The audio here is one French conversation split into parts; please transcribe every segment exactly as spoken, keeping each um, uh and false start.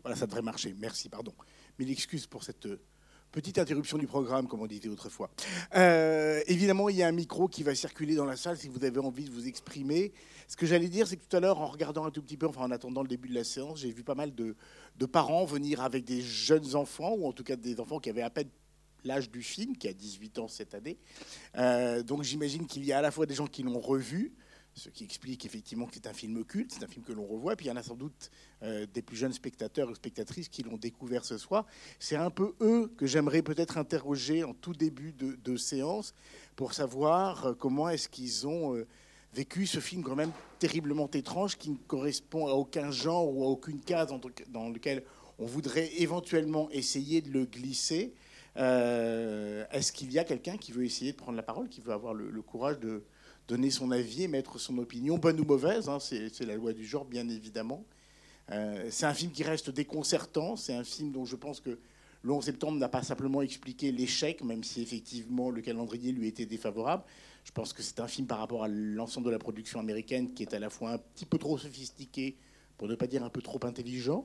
Voilà, ça devrait marcher. Merci, pardon. Mille excuses pour cette petite interruption du programme, comme on disait autrefois. Euh, évidemment, il y a un micro qui va circuler dans la salle si vous avez envie de vous exprimer. Ce que j'allais dire, c'est que tout à l'heure, en regardant un tout petit peu, enfin en attendant le début de la séance, j'ai vu pas mal de, de parents venir avec des jeunes enfants, ou en tout cas des enfants qui avaient à peine l'âge du film, qui a dix-huit ans cette année. Euh, donc j'imagine qu'il y a à la fois des gens qui l'ont revu, ce qui explique effectivement que c'est un film culte, c'est un film que l'on revoit, puis il y en a sans doute euh, des plus jeunes spectateurs ou spectatrices qui l'ont découvert ce soir. C'est un peu eux que j'aimerais peut-être interroger en tout début de, de séance pour savoir euh, comment est-ce qu'ils ont euh, vécu ce film quand même terriblement étrange qui ne correspond à aucun genre ou à aucune case dans, dans lequel on voudrait éventuellement essayer de le glisser. Euh, est-ce qu'il y a quelqu'un qui veut essayer de prendre la parole, qui veut avoir le, le courage de donner son avis, mettre son opinion, bonne ou mauvaise, hein, c'est, c'est la loi du genre, bien évidemment. Euh, c'est un film qui reste déconcertant, c'est un film dont je pense que le onze septembre n'a pas simplement expliqué l'échec, même si effectivement le calendrier lui était défavorable. Je pense que c'est un film par rapport à l'ensemble de la production américaine qui est à la fois un petit peu trop sophistiqué, pour ne pas dire un peu trop intelligent,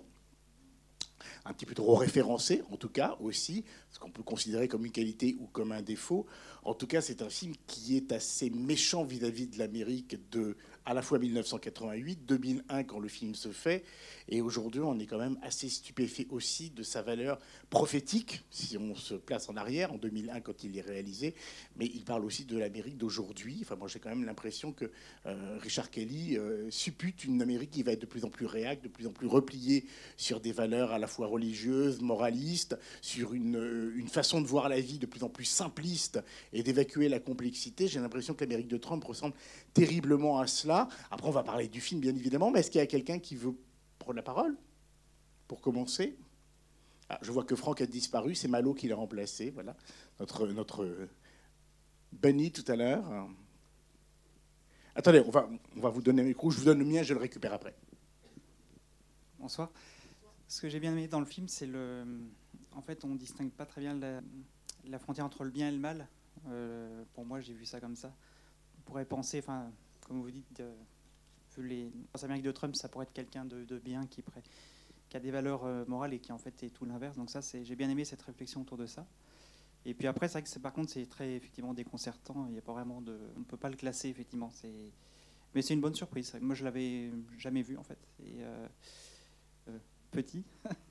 un petit peu trop référencé, en tout cas, aussi, ce qu'on peut considérer comme une qualité ou comme un défaut. En tout cas, c'est un film qui est assez méchant vis-à-vis de l'Amérique de, à la fois mille neuf cent quatre-vingt-huit, deux mille un, quand le film se fait, et aujourd'hui, on est quand même assez stupéfait aussi de sa valeur prophétique, si on se place en arrière, en deux mille un, quand il est réalisé, mais il parle aussi de l'Amérique d'aujourd'hui. Enfin, moi, j'ai quand même l'impression que euh, Richard Kelly euh, suppute une Amérique qui va être de plus en plus réacte, de plus en plus repliée sur des valeurs à la fois religieuses, moralistes, sur une, une façon de voir la vie de plus en plus simpliste et d'évacuer la complexité. J'ai l'impression que l'Amérique de Trump ressemble terriblement à cela. Après, on va parler du film, bien évidemment, mais est-ce qu'il y a quelqu'un qui veut prendre la parole pour commencer? Ah, je vois que Franck a disparu, c'est Malo qui l'a remplacé. Voilà, notre, notre Bunny tout à l'heure. Attendez, on va, on va vous donner un micro, je vous donne le mien, je le récupère après. Bonsoir. Ce que j'ai bien aimé dans le film, c'est le... En fait, on ne distingue pas très bien la, la frontière entre le bien et le mal. Euh, pour moi, j'ai vu ça comme ça. On pourrait penser, enfin, comme vous dites, euh, vu les Amériques de Trump, ça pourrait être quelqu'un de, de bien qui, pré... qui a des valeurs euh, morales et qui, en fait, est tout l'inverse. Donc ça, c'est... j'ai bien aimé cette réflexion autour de ça. Et puis après, c'est vrai que c'est, par contre, c'est très effectivement déconcertant. Il n'y a pas vraiment de... On ne peut pas le classer, effectivement. C'est... Mais c'est une bonne surprise. Moi, je ne l'avais jamais vu, en fait. Et... Euh... Euh, petit.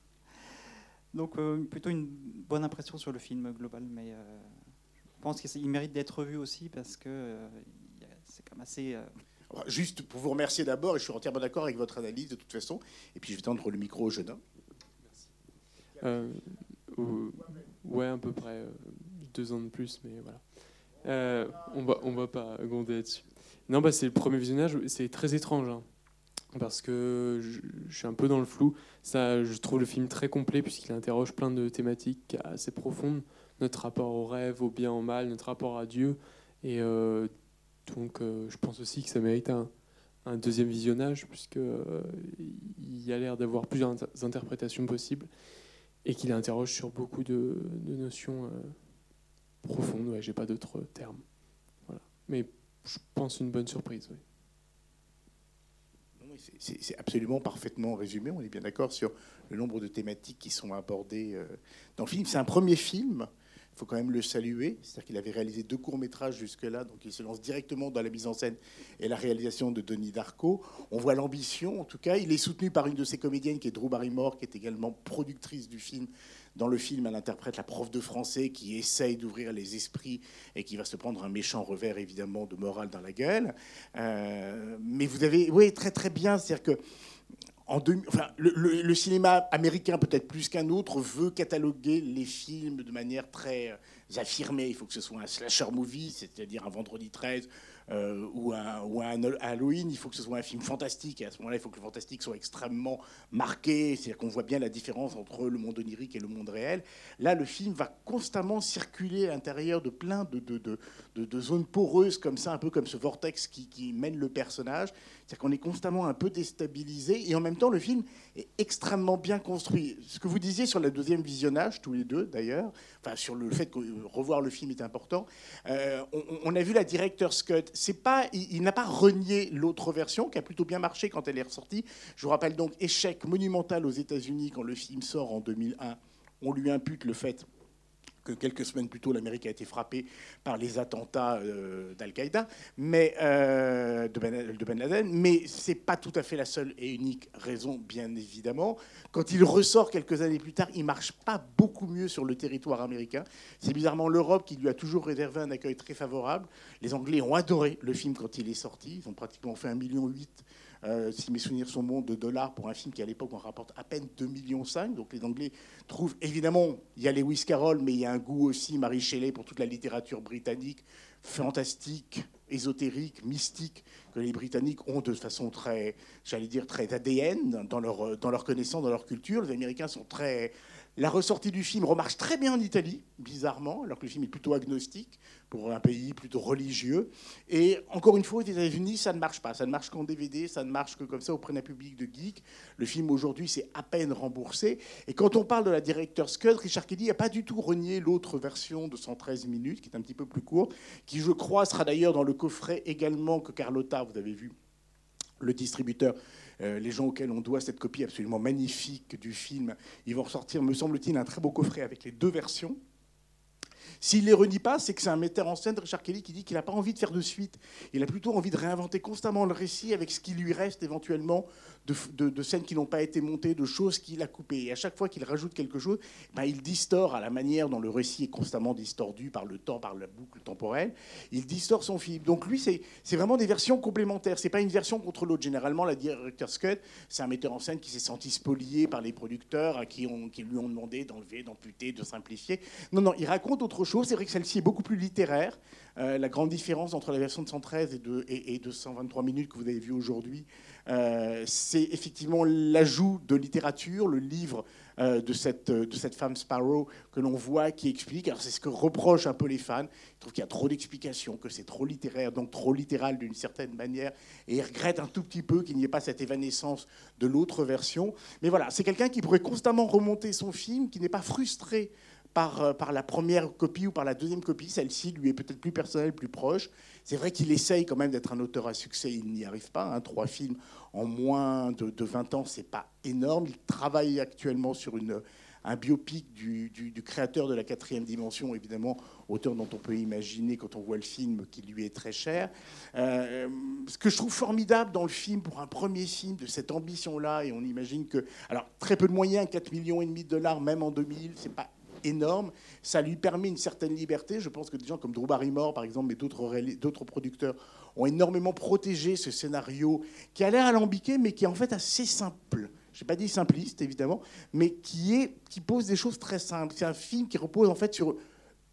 Donc euh, plutôt une bonne impression sur le film global, mais euh, je pense qu'il mérite d'être revu aussi parce que euh, c'est quand même assez... Euh... Juste pour vous remercier d'abord, et je suis entièrement d'accord avec votre analyse de toute façon, et puis je vais tendre le micro au jeune homme. Merci. Euh, euh, ouais, à peu près euh, deux ans de plus, mais voilà. Euh, on va, on va pas gronder là-dessus. Non, bah, c'est le premier visionnage, c'est très étrange, hein. Parce que je, je suis un peu dans le flou. Ça, je trouve le film très complet puisqu'il interroge plein de thématiques assez profondes. Notre rapport au rêve, au bien, au mal, notre rapport à Dieu. Et euh, donc, euh, je pense aussi que ça mérite un, un deuxième visionnage puisqu'il euh, y a l'air d'avoir plusieurs inter- interprétations possibles et qu'il interroge sur beaucoup de, de notions euh, profondes. Ouais, j'ai pas d'autres termes. Voilà. Mais je pense une bonne surprise, oui. C'est, c'est absolument parfaitement résumé. On est bien d'accord sur le nombre de thématiques qui sont abordées dans le film. C'est un premier film, il faut quand même le saluer. C'est-à-dire qu'il avait réalisé deux courts-métrages jusque-là, donc il se lance directement dans la mise en scène et la réalisation de Denis Darko. On voit l'ambition, en tout cas. Il est soutenu par une de ses comédiennes, qui est Drew Barrymore, qui est également productrice du film. Dans le film, elle interprète la prof de français qui essaye d'ouvrir les esprits et qui va se prendre un méchant revers, évidemment, de morale dans la gueule. Euh, mais vous avez... Oui, très très bien. C'est-à-dire que en deux, enfin, le, le, le cinéma américain, peut-être plus qu'un autre, veut cataloguer les films de manière très affirmée. Il faut que ce soit un slasher movie, c'est-à-dire un Vendredi treize euh, ou, un, ou un Halloween. Il faut que ce soit un film fantastique. Et à ce moment-là, il faut que le fantastique soit extrêmement marqué. C'est-à-dire qu'on voit bien la différence entre le monde onirique et le monde réel. Là, le film va constamment circuler à l'intérieur de plein de, de, de, de, de zones poreuses comme ça, un peu comme ce vortex qui, qui mène le personnage, C'est-à-dire qu'on est constamment un peu déstabilisé, et en même temps, le film est extrêmement bien construit. Ce que vous disiez sur le deuxième visionnage, tous les deux d'ailleurs, enfin sur le fait que revoir le film est important, euh, on, on a vu la director's cut. C'est pas, il, il n'a pas renié l'autre version, qui a plutôt bien marché quand elle est ressortie. Je vous rappelle donc échec monumental aux États-Unis quand le film sort en deux mille un. On lui impute le fait que quelques semaines plus tôt, l'Amérique a été frappée par les attentats euh, d'Al-Qaïda, mais euh, de, ben, de Ben Laden. Mais c'est pas tout à fait la seule et unique raison, bien évidemment. Quand il ressort quelques années plus tard, il marche pas beaucoup mieux sur le territoire américain. C'est bizarrement l'Europe qui lui a toujours réservé un accueil très favorable. Les Anglais ont adoré le film quand il est sorti. Ils ont pratiquement fait un virgule huit million. Euh, si mes souvenirs sont bons, de dollars pour un film qui à l'époque en rapporte à peine deux virgule cinq millions. Donc les Anglais trouvent, évidemment, il y a Lewis Carroll, mais il y a un goût aussi, Mary Shelley, pour toute la littérature britannique, fantastique, ésotérique, mystique, que les Britanniques ont de façon très, j'allais dire, très A D N dans leur, dans leur connaissance, dans leur culture. Les Américains sont très... La ressortie du film remarche très bien en Italie, bizarrement, alors que le film est plutôt agnostique, pour un pays plutôt religieux. Et encore une fois, aux États-Unis, ça ne marche pas. Ça ne marche qu'en D V D, ça ne marche que comme ça auprès d'un public de geeks. Le film, aujourd'hui, c'est à peine remboursé. Et quand on parle de la director's cut, Richard Kelly n'a pas du tout renié l'autre version de cent treize minutes, qui est un petit peu plus courte, qui, je crois, sera d'ailleurs dans le coffret également que Carlotta, vous avez vu, le distributeur, euh, les gens auxquels on doit cette copie absolument magnifique du film, ils vont ressortir, me semble-t-il, un très beau coffret avec les deux versions. S'il ne les renie pas, c'est que c'est un metteur en scène, Richard Kelly, qui dit qu'il n'a pas envie de faire de suite. Il a plutôt envie de réinventer constamment le récit avec ce qui lui reste éventuellement de, de, de scènes qui n'ont pas été montées, de choses qu'il a coupées. Et à chaque fois qu'il rajoute quelque chose, ben, il distord à la manière dont le récit est constamment distordu par le temps, par la boucle temporelle. Il distord son film. Donc lui, c'est, c'est vraiment des versions complémentaires. C'est pas une version contre l'autre. Généralement, la director's cut, c'est un metteur en scène qui s'est senti spolié par les producteurs, à qui, on, qui lui ont demandé d'enlever, d'amputer, de simplifier. Non, non, il raconte autre chose. C'est vrai que celle-ci est beaucoup plus littéraire. Euh, la grande différence entre la version de cent treize et de, et, et de cent vingt-trois minutes que vous avez vu aujourd'hui, euh, c'est effectivement l'ajout de littérature, le livre euh, de, cette, de cette femme Sparrow que l'on voit qui explique. Alors c'est ce que reprochent un peu les fans. Ils trouvent qu'il y a trop d'explications, que c'est trop littéraire, donc trop littéral d'une certaine manière. Et ils regrettent un tout petit peu qu'il n'y ait pas cette évanescence de l'autre version. Mais voilà, c'est quelqu'un qui pourrait constamment remonter son film, qui n'est pas frustré Par, par la première copie ou par la deuxième copie. Celle-ci lui est peut-être plus personnelle, plus proche. C'est vrai qu'il essaye quand même d'être un auteur à succès. Il n'y arrive pas. Hein. Trois films en moins de, de vingt ans, c'est pas énorme. Il travaille actuellement sur une, un biopic du, du, du créateur de la quatrième dimension, évidemment, auteur dont on peut imaginer, quand on voit le film, qu'il lui est très cher. Euh, ce que je trouve formidable dans le film, pour un premier film de cette ambition-là, et on imagine que... Alors, très peu de moyens, quatre virgule cinq millions de dollars, même en deux mille, c'est pas énorme, ça lui permet une certaine liberté. Je pense que des gens comme Drew Barrymore, par exemple, mais d'autres, d'autres producteurs ont énormément protégé ce scénario qui a l'air alambiqué, mais qui est en fait assez simple. Je n'ai pas dit simpliste, évidemment, mais qui, est, qui pose des choses très simples. C'est un film qui repose en fait sur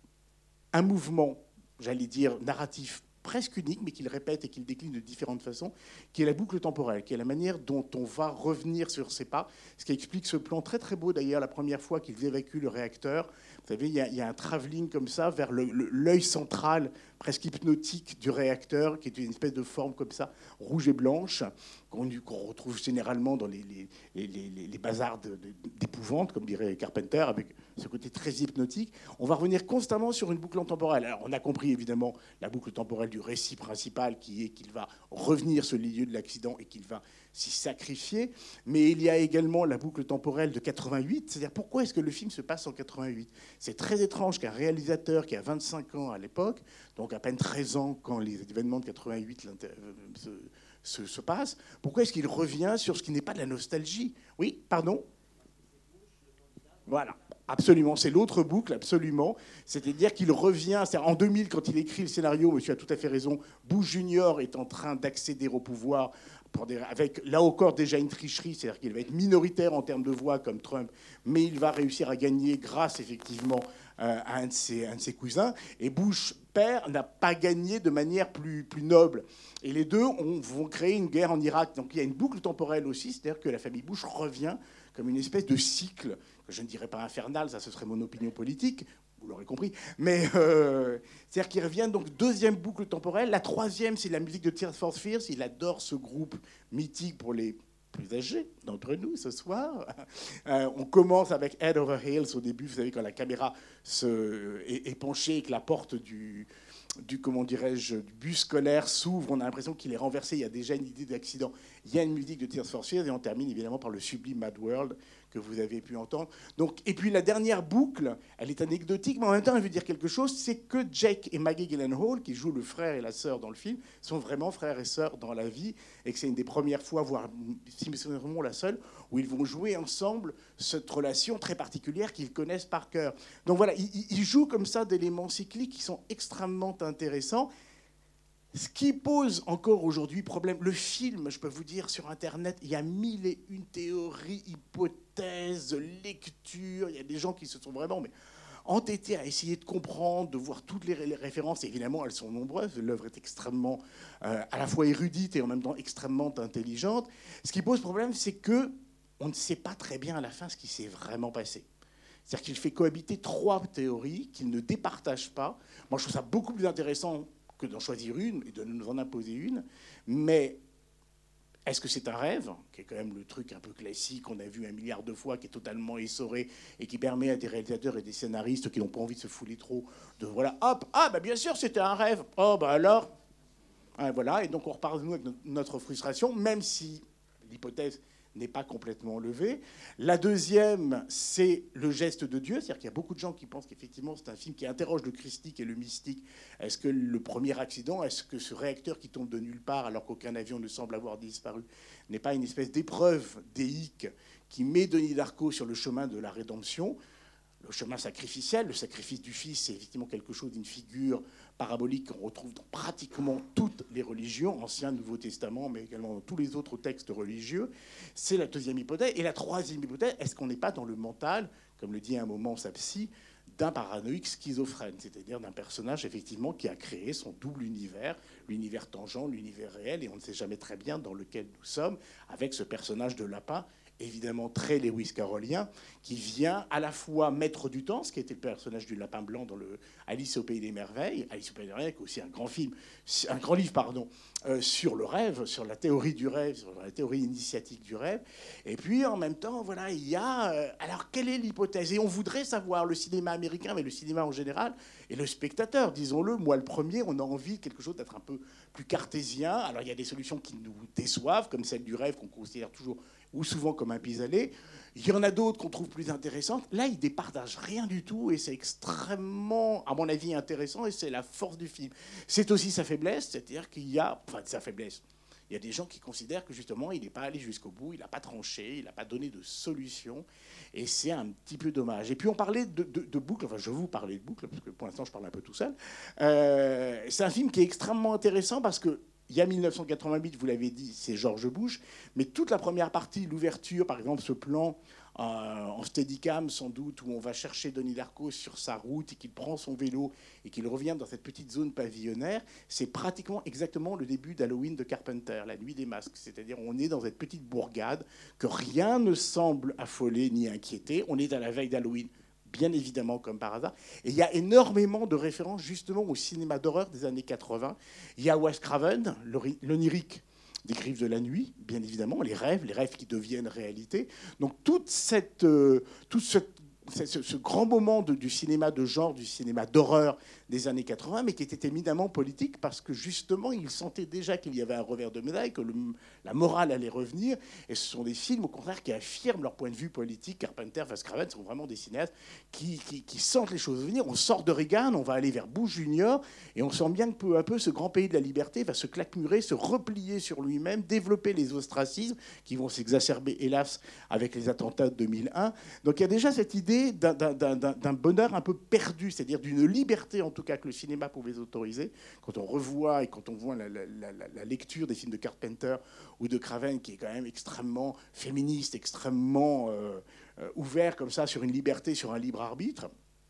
un mouvement, j'allais dire, narratif presque unique, mais qu'il répète et qu'il décline de différentes façons, qui est la boucle temporelle, qui est la manière dont on va revenir sur ses pas, ce qui explique ce plan très très beau d'ailleurs, la première fois qu'ils évacuent le réacteur. Vous savez, il y a, il y a un travelling comme ça vers le, le, l'œil central, presque hypnotique du réacteur, qui est une espèce de forme comme ça, rouge et blanche, qu'on, qu'on retrouve généralement dans les, les, les, les, les bazars de, de, d'épouvante, comme dirait Carpenter, avec ce côté très hypnotique. On va revenir constamment sur une boucle temporelle. Alors, on a compris évidemment la boucle temporelle du récit principal, qui est qu'il va revenir sur les lieux de l'accident et qu'il va s'y sacrifier, mais il y a également la boucle temporelle de quatre-vingt-huit, c'est-à-dire pourquoi est-ce que le film se passe en quatre-vingt-huit ? C'est très étrange qu'un réalisateur qui a vingt-cinq ans à l'époque, donc à peine treize ans quand les événements de quatre-vingt-huit se, se, se passent, pourquoi est-ce qu'il revient sur ce qui n'est pas de la nostalgie ? Oui, pardon ? Voilà. Absolument, c'est l'autre boucle, absolument. C'est-à-dire qu'il revient, c'est en deux mille, quand il écrit le scénario, monsieur a tout à fait raison, Bush Junior est en train d'accéder au pouvoir, pour des, avec là encore déjà une tricherie, c'est-à-dire qu'il va être minoritaire en termes de voix comme Trump, mais il va réussir à gagner grâce effectivement euh, à un de, ses, un de ses cousins. Et Bush père n'a pas gagné de manière plus, plus noble. Et les deux on, vont créer une guerre en Irak. Donc il y a une boucle temporelle aussi, c'est-à-dire que la famille Bush revient comme une espèce de cycle, que je ne dirais pas infernal, ça ce serait mon opinion politique, vous l'aurez compris. Mais euh, c'est-à-dire qu'il revient, donc deuxième boucle temporelle. La troisième, c'est la musique de Tears for Fears. Il adore ce groupe mythique pour les plus âgés d'entre nous ce soir. Euh, on commence avec Head Over Heels au début, vous savez, quand la caméra se, est, est penchée et que la porte du... du, comment dirais-je, du bus scolaire s'ouvre, on a l'impression qu'il est renversé, il y a déjà une idée d'accident. Il y a une musique de Tears for Fears et on termine évidemment par le sublime Mad World que vous avez pu entendre. Donc, et puis la dernière boucle, elle est anecdotique, mais en même temps elle veut dire quelque chose, c'est que Jake et Maggie Gyllenhaal, qui jouent le frère et la sœur dans le film, sont vraiment frères et sœurs dans la vie, et que c'est une des premières fois, voire si c'est vraiment la seule, où ils vont jouer ensemble cette relation très particulière qu'ils connaissent par cœur. Donc voilà, ils, ils jouent comme ça d'éléments cycliques qui sont extrêmement intéressants. Ce qui pose encore aujourd'hui problème, le film, je peux vous dire, sur Internet, il y a mille et une théories, hypothèses, lectures, il y a des gens qui se sont vraiment mais, entêtés à essayer de comprendre, de voir toutes les références. Évidemment, elles sont nombreuses, l'œuvre est extrêmement, euh, à la fois érudite et en même temps extrêmement intelligente. Ce qui pose problème, c'est que on ne sait pas très bien à la fin ce qui s'est vraiment passé. C'est-à-dire qu'il fait cohabiter trois théories qu'il ne départage pas. Moi, je trouve ça beaucoup plus intéressant que d'en choisir une et de nous en imposer une. Mais est-ce que c'est un rêve, qui est quand même le truc un peu classique qu'on a vu un milliard de fois, qui est totalement essoré et qui permet à des réalisateurs et des scénaristes qui n'ont pas envie de se fouler trop, de voilà, hop, ah, bah bien sûr, c'était un rêve. Oh, bah alors, ah, voilà. Et donc on repart de nous avec notre frustration, même si l'hypothèse n'est pas complètement levé. La deuxième, c'est le geste de Dieu. C'est-à-dire qu'il y a beaucoup de gens qui pensent qu'effectivement, c'est un film qui interroge le christique et le mystique. Est-ce que le premier accident, est-ce que ce réacteur qui tombe de nulle part alors qu'aucun avion ne semble avoir disparu n'est pas une espèce d'épreuve déique qui met Denis Darko sur le chemin de la rédemption ? Le chemin sacrificiel, le sacrifice du Fils, c'est effectivement quelque chose d'une figure parabolique qu'on retrouve dans pratiquement toutes les religions, Ancien, Nouveau Testament, mais également dans tous les autres textes religieux. C'est la deuxième hypothèse. Et la troisième hypothèse, est-ce qu'on n'est pas dans le mental, comme le dit à un moment sa psy, d'un paranoïque schizophrène, c'est-à-dire d'un personnage effectivement qui a créé son double univers, l'univers tangent, l'univers réel, et on ne sait jamais très bien dans lequel nous sommes, avec ce personnage de lapin, évidemment très Lewis Carrollien, qui vient à la fois maître du temps, ce qui était le personnage du lapin blanc dans le Alice au Pays des Merveilles, Alice au Pays des Merveilles, qui est aussi un grand film, un grand livre, pardon, euh, sur le rêve, sur la théorie du rêve, sur la théorie initiatique du rêve. Et puis en même temps, voilà, il y a. Euh, alors quelle est l'hypothèse ? Et on voudrait savoir, le cinéma américain, mais le cinéma en général, et le spectateur, disons-le, moi le premier, on a envie de quelque chose d'être un peu plus cartésien. Alors il y a des solutions qui nous déçoivent, comme celle du rêve qu'on considère toujours ou souvent comme un pis-aller. Il y en a d'autres qu'on trouve plus intéressantes. Là, il ne départage rien du tout et c'est extrêmement, à mon avis, intéressant et c'est la force du film. C'est aussi sa faiblesse, c'est-à-dire qu'il y a... Enfin, sa faiblesse. Il y a des gens qui considèrent que, justement, il n'est pas allé jusqu'au bout, il n'a pas tranché, il n'a pas donné de solution et c'est un petit peu dommage. Et puis, on parlait de, de, de boucle, enfin, je vous parlais de boucle, parce que pour l'instant, je parle un peu tout seul. Euh, c'est un film qui est extrêmement intéressant parce que il y a mille neuf cent quatre-vingt-huit, vous l'avez dit, c'est George Bush, mais toute la première partie, l'ouverture, par exemple, ce plan euh, en steadicam, sans doute, où on va chercher Denis Darko sur sa route et qu'il prend son vélo et qu'il revient dans cette petite zone pavillonnaire, c'est pratiquement exactement le début d'Halloween de Carpenter, la nuit des masques. C'est-à-dire on est dans cette petite bourgade que rien ne semble affoler ni inquiéter. On est à la veille d'Halloween, bien évidemment, comme par hasard. Et il y a énormément de références, justement, au cinéma d'horreur des années quatre-vingts. Il y a Wes Craven, l'onirique des Griffes de la nuit, bien évidemment, les rêves, les rêves qui deviennent réalité. Donc, toute cette, euh, tout cette, ce, ce grand moment de, du cinéma de genre, du cinéma d'horreur des années quatre-vingts, mais qui était éminemment politique parce que, justement, il sentait déjà qu'il y avait un revers de médaille, que le, la morale allait revenir. Et ce sont des films, au contraire, qui affirment leur point de vue politique. Carpenter, Wes Craven sont vraiment des cinéastes qui, qui, qui sentent les choses venir. On sort de Reagan, on va aller vers Bush Junior, et on sent bien que peu à peu, ce grand pays de la liberté va se claquemurer, se replier sur lui-même, développer les ostracismes qui vont s'exacerber, hélas, avec les attentats de deux mille un. Donc il y a déjà cette idée d'un, d'un, d'un, d'un bonheur un peu perdu, c'est-à-dire d'une liberté, en tout cas, que le cinéma pouvait autoriser. Quand on revoit et quand on voit la, la, la, la lecture des films de Carpenter ou de Craven, qui est quand même extrêmement féministe, extrêmement euh, euh, ouvert comme ça sur une liberté, sur un libre arbitre,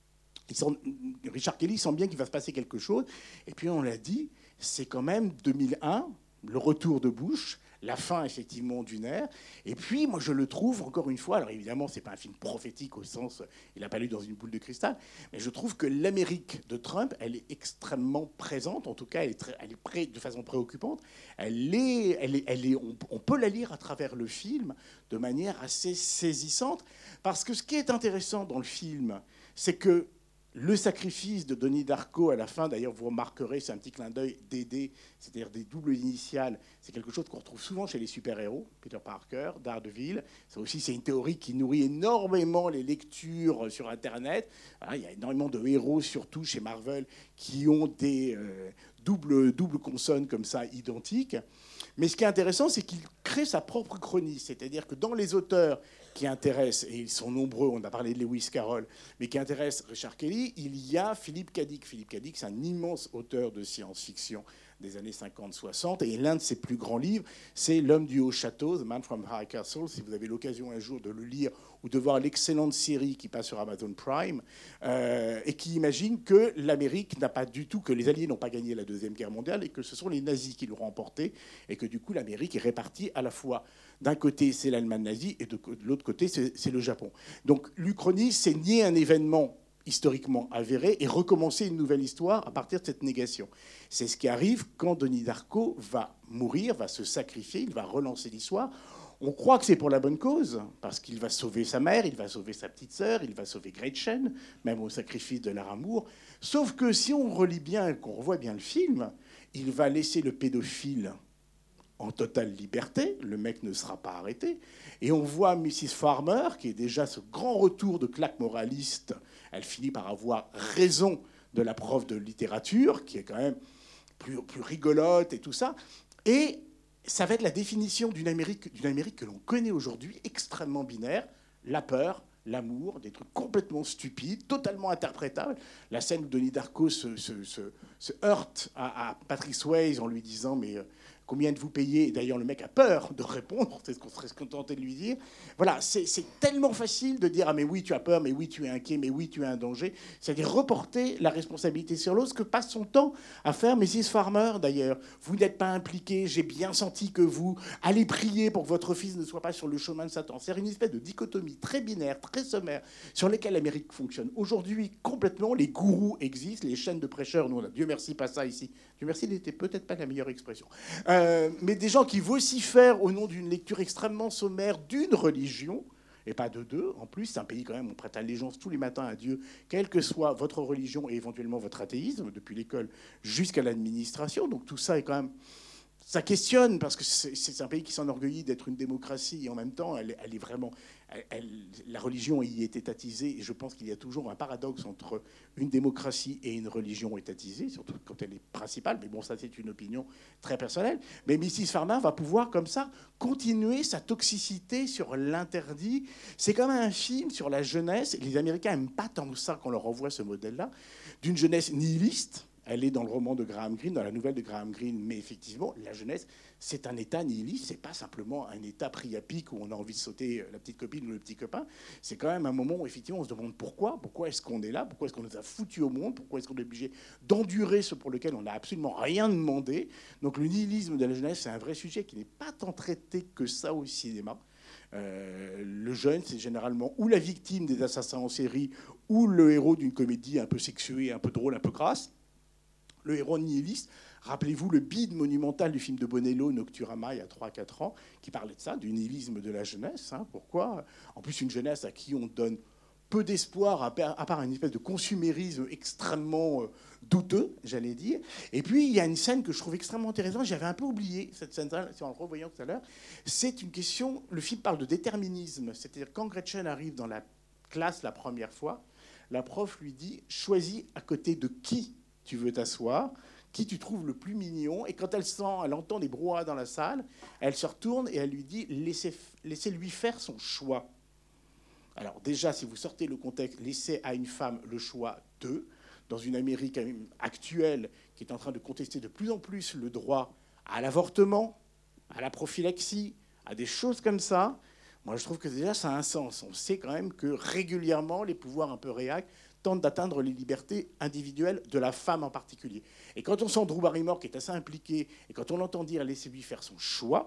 il sent, Richard Kelly sent bien qu'il va se passer quelque chose. Et puis on l'a dit, c'est quand même deux mille un, le retour de Bush, la fin effectivement d'une ère. Et puis moi je le trouve encore une fois, alors évidemment c'est pas un film prophétique au sens, il n'a pas lu dans une boule de cristal, mais je trouve que l'Amérique de Trump, elle est extrêmement présente, en tout cas elle est, très, elle est pré, de façon préoccupante, elle est, elle est, elle est, on, on peut la lire à travers le film de manière assez saisissante, parce que ce qui est intéressant dans le film, c'est que le sacrifice de Donnie Darko à la fin, d'ailleurs vous remarquerez, c'est un petit clin d'œil D D, c'est-à-dire des doubles initiales, c'est quelque chose qu'on retrouve souvent chez les super-héros, Peter Parker, Daredevil. Ça aussi, c'est une théorie qui nourrit énormément les lectures sur Internet. Il y a énormément de héros, surtout chez Marvel, qui ont des euh, doubles, doubles consonnes comme ça, identiques. Mais ce qui est intéressant, c'est qu'il crée sa propre chronie, c'est-à-dire que dans les auteurs qui intéressent, et ils sont nombreux, on a parlé de Lewis Carroll, mais qui intéressent Richard Kelly, il y a Philippe K. Dick. Philippe K. Dick, c'est un immense auteur de science-fiction des années cinquante soixante, et l'un de ses plus grands livres, c'est L'homme du haut château, The Man from High Castle. Si vous avez l'occasion un jour de le lire ou de voir l'excellente série qui passe sur Amazon Prime, euh, et qui imagine que l'Amérique n'a pas du tout, que les Alliés n'ont pas gagné la Deuxième Guerre mondiale, et que ce sont les nazis qui l'ont emporté, et que du coup l'Amérique est répartie à la fois, d'un côté c'est l'Allemagne nazie, et de, de l'autre côté c'est, c'est le Japon. Donc l'Uchronie, c'est nier un événement historiquement avéré et recommencer une nouvelle histoire à partir de cette négation. C'est ce qui arrive quand Donnie Darko va mourir, va se sacrifier, il va relancer l'histoire. On croit que c'est pour la bonne cause, parce qu'il va sauver sa mère, il va sauver sa petite sœur, il va sauver Gretchen, même au sacrifice de leur amour. Sauf que si on relit bien et qu'on revoit bien le film, il va laisser le pédophile en totale liberté, le mec ne sera pas arrêté, et on voit missus Farmer, qui est déjà ce grand retour de claque moraliste, elle finit par avoir raison de la prof de littérature, qui est quand même plus, plus rigolote et tout ça, et ça va être la définition d'une Amérique, d'une Amérique que l'on connaît aujourd'hui, extrêmement binaire, la peur, l'amour, des trucs complètement stupides, totalement interprétables. La scène où Donnie Darko se, se, se, se heurte à, à Patrick Swayze en lui disant « mais euh, combien de vous payez ?» Et d'ailleurs, le mec a peur de répondre, c'est ce qu'on serait contenté de lui dire. Voilà, c'est, c'est tellement facile de dire « ah mais oui, tu as peur, mais oui, tu es inquiet, mais oui, tu es un danger ». C'est-à-dire reporter la responsabilité sur l'autre, ce que passe son temps à faire missus Farmer, d'ailleurs. Vous n'êtes pas impliqué, j'ai bien senti que vous allez prier pour que votre fils ne soit pas sur le chemin de Satan. C'est une espèce de dichotomie très binaire, très sommaire, sur lesquelles l'Amérique fonctionne. Aujourd'hui, complètement, les gourous existent, les chaînes de prêcheurs, nous on a, Dieu merci, pas ça ici. Dieu merci n'était peut-être pas la meilleure expression. Euh, mais des gens qui vocifèrent au nom d'une lecture extrêmement sommaire d'une religion, et pas de deux. En plus, c'est un pays quand même, on prête allégeance tous les matins à Dieu, quelle que soit votre religion et éventuellement votre athéisme, depuis l'école jusqu'à l'administration. Donc tout ça est quand même... Ça questionne, parce que c'est, c'est un pays qui s'enorgueillit d'être une démocratie, et en même temps, elle, elle est vraiment... Elle, elle, la religion y est étatisée, et je pense qu'il y a toujours un paradoxe entre une démocratie et une religion étatisée, surtout quand elle est principale. Mais bon, ça, c'est une opinion très personnelle. Mais missus Farmer va pouvoir, comme ça, continuer sa toxicité sur l'interdit. C'est comme un film sur la jeunesse. Les Américains n'aiment pas tant ça qu'on leur envoie ce modèle-là, d'une jeunesse nihiliste. Elle est dans le roman de Graham Greene, dans la nouvelle de Graham Greene, mais effectivement, la jeunesse, c'est un état nihiliste, c'est pas simplement un état pris à pic où on a envie de sauter la petite copine ou le petit copain. C'est quand même un moment où effectivement on se demande pourquoi, pourquoi est-ce qu'on est là, pourquoi est-ce qu'on nous a foutus au monde, pourquoi est-ce qu'on est obligé d'endurer ce pour lequel on n'a absolument rien demandé. Donc le nihilisme de la jeunesse, c'est un vrai sujet qui n'est pas tant traité que ça au cinéma. Euh, le jeune, c'est généralement ou la victime des assassins en série ou le héros d'une comédie un peu sexuée, un peu drôle, un peu grasse. Le héros nihiliste, rappelez-vous le bide monumental du film de Bonello, Nocturama, il y a trois à quatre ans, qui parlait de ça, du nihilisme de la jeunesse. Hein, pourquoi ? En plus, une jeunesse à qui on donne peu d'espoir, à part une espèce de consumérisme extrêmement douteux, j'allais dire. Et puis, il y a une scène que je trouve extrêmement intéressante, j'avais un peu oublié cette scène-là, en le revoyant tout à l'heure. C'est une question, le film parle de déterminisme, c'est-à-dire quand Gretchen arrive dans la classe la première fois, la prof lui dit « choisis à côté de qui tu veux t'asseoir, qui tu trouves le plus mignon ?» Et quand elle sent, elle entend des brouhahas dans la salle, elle se retourne et elle lui dit laissez, laissez-lui faire son choix. Alors déjà, si vous sortez le contexte, laissez à une femme le choix de, dans une Amérique actuelle qui est en train de contester de plus en plus le droit à l'avortement, à la prophylaxie, à des choses comme ça, moi je trouve que déjà ça a un sens. On sait quand même que régulièrement, les pouvoirs un peu réacs tente d'atteindre les libertés individuelles de la femme en particulier. Et quand on sent Drew Barrymore qui est assez impliqué, et quand on l'entend dire « laissez-lui faire son choix »,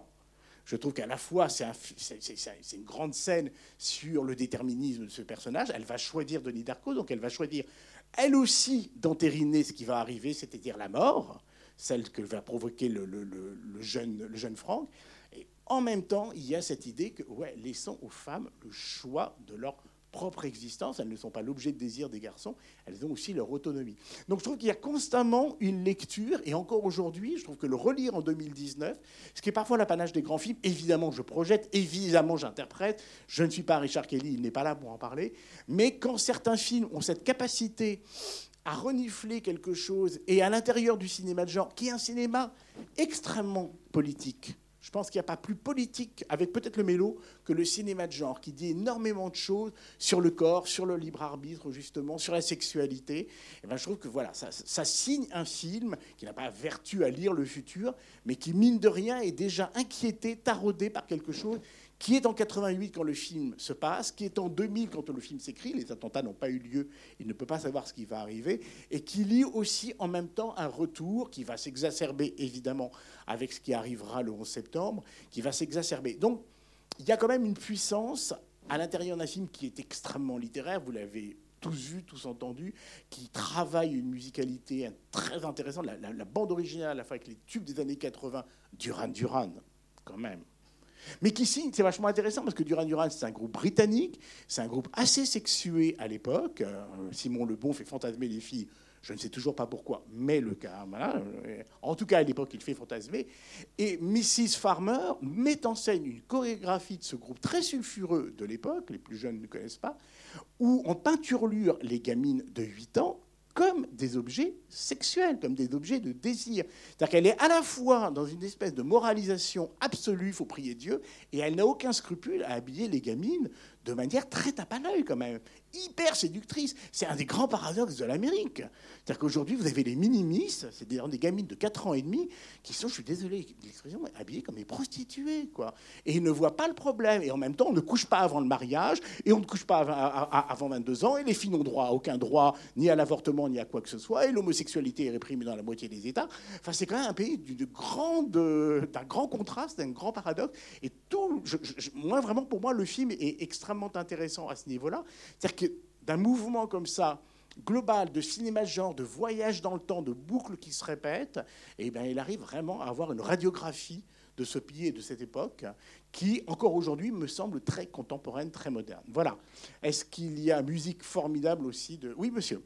Je trouve qu'à la fois, c'est, un, c'est, c'est, c'est une grande scène sur le déterminisme de ce personnage. Elle va choisir Denis Darko, donc elle va choisir, elle aussi, d'entériner ce qui va arriver, c'est-à-dire la mort, celle que va provoquer le, le, le, le, jeune, le jeune Franck. Et en même temps, il y a cette idée que, ouais, laissons aux femmes le choix de leur propre existence, elles ne sont pas l'objet de désir des garçons, elles ont aussi leur autonomie. Donc je trouve qu'il y a constamment une lecture, et encore aujourd'hui, je trouve que le relire en deux mille dix-neuf, ce qui est parfois l'apanage des grands films, évidemment je projette, évidemment j'interprète, je ne suis pas Richard Kelly, il n'est pas là pour en parler, mais quand certains films ont cette capacité à renifler quelque chose, et à l'intérieur du cinéma de genre, qui est un cinéma extrêmement politique, je pense qu'il n'y a pas plus politique, avec peut-être le mélo, que le cinéma de genre, qui dit énormément de choses sur le corps, sur le libre arbitre, justement, sur la sexualité. Et ben, je trouve que voilà, ça, ça signe un film qui n'a pas vertu à lire le futur, mais qui, mine de rien, est déjà inquiété, taraudé par quelque chose qui est en quatre-vingt-huit quand le film se passe, qui est en deux mille quand le film s'écrit, les attentats n'ont pas eu lieu, il ne peut pas savoir ce qui va arriver, et qui lit aussi en même temps un retour qui va s'exacerber, évidemment, avec ce qui arrivera le onze septembre, qui va s'exacerber. Donc, il y a quand même une puissance à l'intérieur d'un film qui est extrêmement littéraire, vous l'avez tous vu, tous entendu, qui travaille une musicalité très intéressante, la, la, la bande originale, à la fois avec les tubes des années quatre-vingts, Duran Duran, quand même. Mais qui signe, c'est vachement intéressant parce que Duran Duran, c'est un groupe britannique, c'est un groupe assez sexué à l'époque. Euh, Simon Le Bon fait fantasmer les filles, je ne sais toujours pas pourquoi, mais le cas, voilà. En tout cas, à l'époque, il fait fantasmer. Et missus Farmer met en scène une chorégraphie de ce groupe très sulfureux de l'époque, les plus jeunes ne connaissent pas, où on peinturlure les gamines de huit ans comme des objets sexuels, comme des objets de désir. C'est-à-dire qu'elle est à la fois dans une espèce de moralisation absolue, il faut prier Dieu, et elle n'a aucun scrupule à habiller les gamines de manière très tape à l'œil, quand même, hyper séductrice. C'est un des grands paradoxes de l'Amérique. C'est-à-dire qu'aujourd'hui, vous avez les mini-miss, c'est-à-dire des gamines de quatre ans et demi, qui sont, je suis désolé de l'expression, habillées comme des prostituées, quoi. Et ils ne voient pas le problème. Et en même temps, on ne couche pas avant le mariage, et on ne couche pas avant vingt-deux ans, et les filles n'ont droit à aucun droit, ni à l'avortement, ni à quoi que ce soit, et l'homosexualité est réprimée dans la moitié des États. Enfin, c'est quand même un pays d'une grande, d'un grand contraste, d'un grand paradoxe. Et tout, je, je, moi, vraiment, pour moi, le film est extrêmement intéressant à ce niveau-là. C'est-à-dire que d'un mouvement comme ça, global, de cinéma de genre, de voyage dans le temps, de boucles qui se répètent, eh bien, il arrive vraiment à avoir une radiographie de ce pays et de cette époque qui, encore aujourd'hui, me semble très contemporaine, très moderne. Voilà. Est-ce qu'il y a musique formidable aussi de... Oui, monsieur.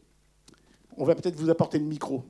On va peut-être vous apporter le micro.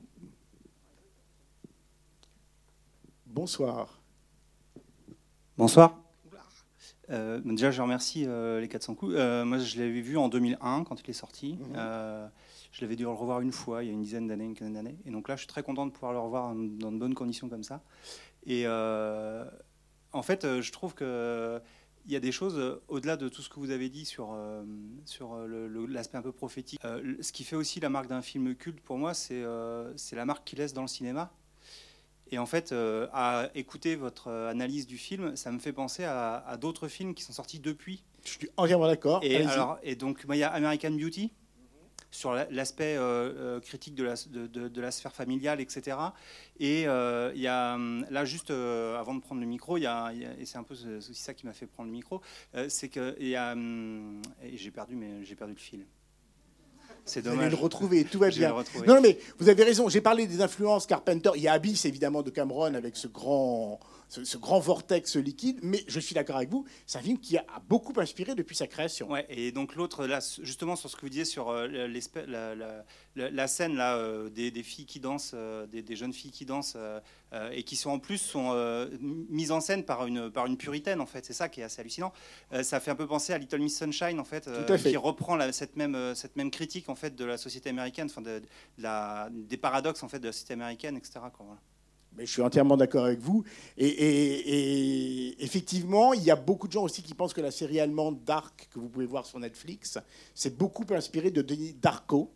Bonsoir. Bonsoir. Euh, déjà, je remercie euh, les quatre cents coups. Euh, moi, je l'avais vu en deux mille un quand il est sorti. Mmh. Euh, je l'avais dû le revoir une fois, il y a une dizaine d'années, une quinzaine d'années. Et donc là, je suis très content de pouvoir le revoir dans de bonnes conditions comme ça. Et euh, en fait, je trouve que il y a des choses, au-delà de tout ce que vous avez dit sur, euh, sur le, le, l'aspect un peu prophétique. Euh, ce qui fait aussi la marque d'un film culte, pour moi, c'est, euh, c'est la marque qu'il laisse dans le cinéma. Et en fait, euh, à écouter votre analyse du film, ça me fait penser à, à d'autres films qui sont sortis depuis. Je suis entièrement d'accord. Et, alors, et donc, il y a American Beauty, mm-hmm. sur l'aspect euh, critique de la, de, de, de la sphère familiale, et cetera. Et euh, il y a, là, juste euh, avant de prendre le micro, il y a, il y a, et c'est un peu aussi ça qui m'a fait prendre le micro, euh, c'est que il y a, et j'ai perdu, mais j'ai perdu le fil. C'est dommage. Vous allez le retrouver, tout va bien. Non, non, mais vous avez raison. J'ai parlé des influences Carpenter. Il y a Abyss, évidemment, de Cameron, avec ce grand, ce, ce grand vortex liquide. Mais je suis d'accord avec vous, c'est un film qui a beaucoup inspiré depuis sa création. Ouais, et donc l'autre, là, justement, sur ce que vous disiez sur euh, la, la, la, la scène là, euh, des, des filles qui dansent, euh, des, des jeunes filles qui dansent, euh, euh, et qui sont en plus sont euh, mises en scène par une, par une puritaine, en fait. C'est ça qui est assez hallucinant. Euh, ça fait un peu penser à Little Miss Sunshine, en fait, euh, fait. qui reprend la, cette, même, cette même critique, en fait, de la société américaine, enfin de, de la, des paradoxes en fait de la société américaine, et cetera. Quoi, voilà. Mais je suis entièrement d'accord avec vous. Et, et, et effectivement, il y a beaucoup de gens aussi qui pensent que la série allemande Dark, que vous pouvez voir sur Netflix, c'est beaucoup inspiré de Denis Darko,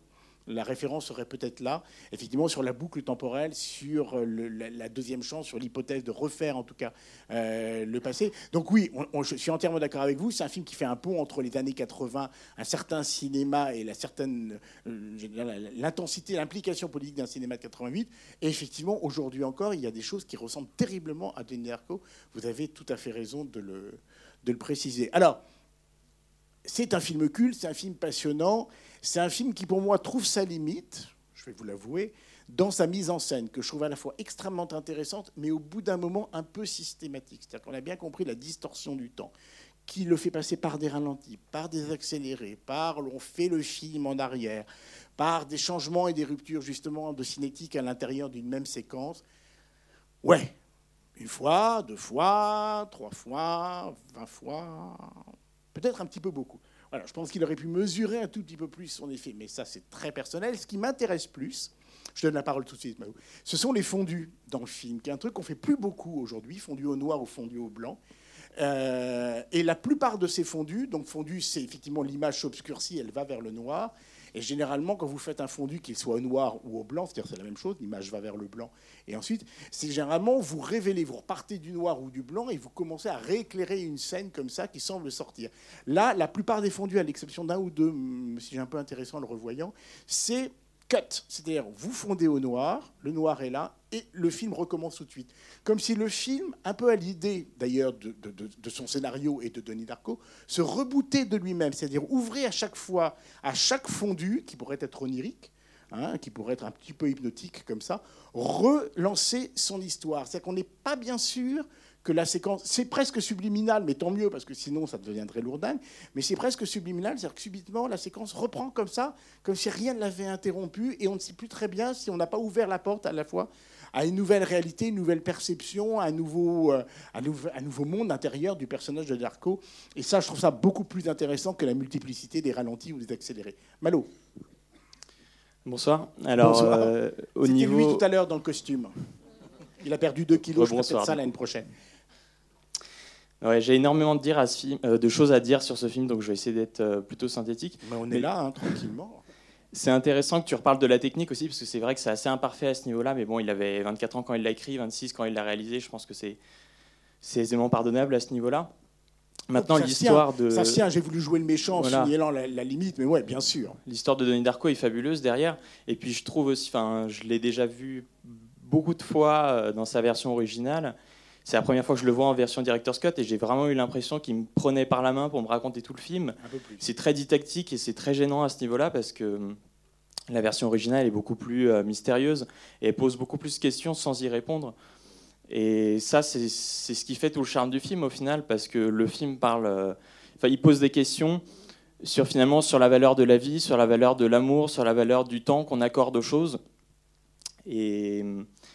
La référence serait peut-être là, effectivement, sur la boucle temporelle, sur le, la, la deuxième chance, sur l'hypothèse de refaire, en tout cas, euh, le passé. Donc oui, on, on, je suis entièrement d'accord avec vous. C'est un film qui fait un pont entre les années quatre-vingts, un certain cinéma et la certaine, euh, l'intensité, l'implication politique d'un cinéma de quatre-vingt-huit. Et effectivement, aujourd'hui encore, il y a des choses qui ressemblent terriblement à Denis Darko. Vous avez tout à fait raison de le, de le préciser. Alors, c'est un film culte, c'est un film passionnant. C'est un film qui, pour moi, trouve sa limite, je vais vous l'avouer, dans sa mise en scène, que je trouve à la fois extrêmement intéressante, mais au bout d'un moment un peu systématique. C'est-à-dire qu'on a bien compris la distorsion du temps, qui le fait passer par des ralentis, par des accélérés, par on fait le film en arrière, par des changements et des ruptures, justement, de cinétique à l'intérieur d'une même séquence. Ouais, une fois, deux fois, trois fois, vingt fois, peut-être un petit peu beaucoup. Voilà, je pense qu'il aurait pu mesurer un tout petit peu plus son effet, mais ça, c'est très personnel. Ce qui m'intéresse plus, je donne la parole tout de suite, Mao, ce sont les fondus dans le film, qui est un truc qu'on fait plus beaucoup aujourd'hui, fondus au noir ou fondus au blanc. Euh, et la plupart de ces fondus, donc fondu, c'est effectivement l'image s'obscurcit, elle va vers le noir. Et généralement, quand vous faites un fondu, qu'il soit au noir ou au blanc, c'est-à-dire c'est la même chose, l'image va vers le blanc. Et ensuite, c'est généralement, vous révélez, vous repartez du noir ou du blanc et vous commencez à rééclairer une scène comme ça qui semble sortir. Là, la plupart des fondus, à l'exception d'un ou deux, si j'ai un peu intéressant en le revoyant, c'est cut. C'est-à-dire, vous fondez au noir, le noir est là, et le film recommence tout de suite. Comme si le film, un peu à l'idée d'ailleurs de, de, de, de son scénario et de Denis Darko, se rebootait de lui-même. C'est-à-dire, ouvrez à chaque fois, à chaque fondu, qui pourrait être onirique, hein, qui pourrait être un petit peu hypnotique comme ça, relancer son histoire. C'est-à-dire qu'on n'est pas bien sûr que la séquence, c'est presque subliminal, mais tant mieux, parce que sinon ça deviendrait lourdingue, mais c'est presque subliminal, c'est-à-dire que subitement la séquence reprend comme ça, comme si rien ne l'avait interrompu, et on ne sait plus très bien si on n'a pas ouvert la porte à la fois à une nouvelle réalité, une nouvelle perception, à un nouveau, euh, un nouveau, un nouveau monde intérieur du personnage de Darko. Et ça, je trouve ça beaucoup plus intéressant que la multiplicité des ralentis ou des accélérés. Malo. Bonsoir. Alors, Bonsoir. Euh, au C'était niveau... lui tout à l'heure dans le costume. Il a perdu deux kilos, je répète ça l'année prochaine. Ouais, j'ai énormément de, dire à ce film, euh, de choses à dire sur ce film, donc je vais essayer d'être euh, plutôt synthétique. Mais on est Mais là, hein, tranquillement. C'est intéressant que tu reparles de la technique aussi, parce que c'est vrai que c'est assez imparfait à ce niveau-là, mais bon, il avait vingt-quatre ans quand il l'a écrit, vingt-six quand il l'a réalisé, je pense que c'est, c'est aisément pardonnable à ce niveau-là. Maintenant, ça l'histoire tient, de... Ça tient, j'ai voulu jouer le méchant Voilà. en signalant la, la limite, mais ouais, bien sûr. L'histoire de Denis Darko est fabuleuse derrière, et puis je trouve aussi, enfin, je l'ai déjà vu beaucoup de fois dans sa version originale. C'est la première fois que je le vois en version Director's Cut, et j'ai vraiment eu l'impression qu'il me prenait par la main pour me raconter tout le film. Un peu plus. C'est très didactique et c'est très gênant à ce niveau-là, parce que la version originale est beaucoup plus euh, mystérieuse et elle pose beaucoup plus de questions sans y répondre. Et ça, c'est, c'est ce qui fait tout le charme du film au final, parce que le film parle, euh, enfin, il pose des questions sur finalement sur la valeur de la vie, sur la valeur de l'amour, sur la valeur du temps qu'on accorde aux choses. Et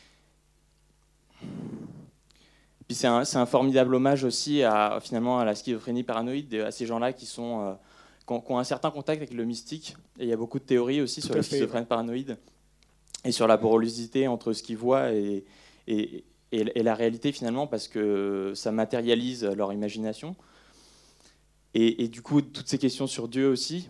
puis c'est un, c'est un formidable hommage aussi à finalement à la schizophrénie paranoïde, à ces gens-là qui sont euh, qui ont, qui ont un certain contact avec le mystique. Et il y a beaucoup de théories aussi Tout sur à la fait, schizophrénie paranoïde et sur la porosité entre ce qu'ils voient et, et, et, et la réalité finalement, parce que ça matérialise leur imagination. Et, et du coup, toutes ces questions sur Dieu aussi.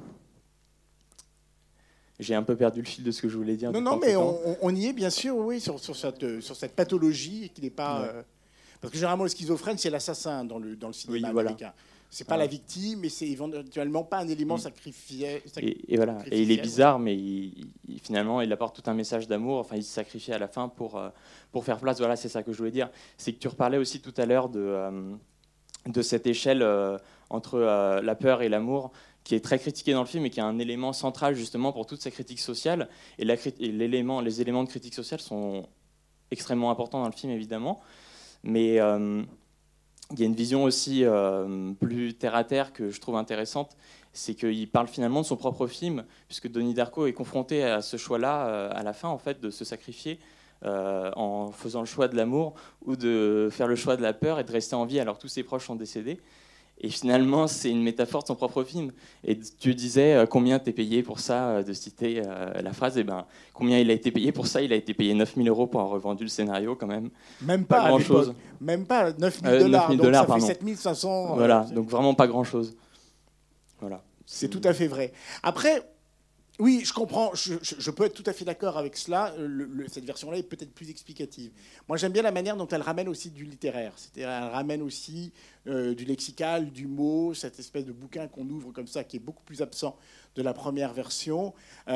J'ai un peu perdu le fil de ce que je voulais dire. Non, non, mais on, on y est bien sûr, oui, sur, sur, cette, sur cette pathologie qui n'est pas... Ouais. Euh, parce que généralement, le schizophrène, c'est l'assassin dans le, dans le cinéma oui, voilà. américain. C'est pas voilà. la victime, mais c'est éventuellement pas un élément mmh. sacrifié. Et, et voilà. Et il est bizarre, mais il, il, finalement, il apporte tout un message d'amour. Enfin, il se sacrifie à la fin pour, pour faire place. Voilà, c'est ça que je voulais dire. C'est que tu reparlais aussi tout à l'heure de, euh, de cette échelle euh, entre euh, la peur et l'amour, qui est très critiquée dans le film et qui est un élément central justement pour toute sa critique sociale. Et, la, et l'élément, les éléments de critique sociale sont extrêmement importants dans le film, évidemment. Mais euh, il y a une vision aussi euh, plus terre-à-terre que je trouve intéressante, c'est qu'il parle finalement de son propre film, puisque Denis Darko est confronté à ce choix-là euh, à la fin, en fait, de se sacrifier euh, en faisant le choix de l'amour ou de faire le choix de la peur et de rester en vie alors que tous ses proches sont décédés. Et finalement, c'est une métaphore de son propre film. Et tu disais euh, combien t'es payé pour ça, euh, de citer euh, la phrase. Et ben, combien il a été payé pour ça? Il a été payé neuf mille euros pour avoir revendu le scénario, quand même. Même pas, pas grand-chose. Même pas neuf mille dollars. Donc ça fait sept mille cinq cents. Voilà, euh, donc vraiment pas grand-chose. Voilà. C'est tout à fait vrai. Après, Oui, je comprends. Je, je, je peux être tout à fait d'accord avec cela. Le, le, cette version-là est peut-être plus explicative. Moi, j'aime bien la manière dont elle ramène aussi du littéraire. C'est-à-dire, elle ramène aussi euh, du lexical, du mot, cette espèce de bouquin qu'on ouvre comme ça, qui est beaucoup plus absent de la première version.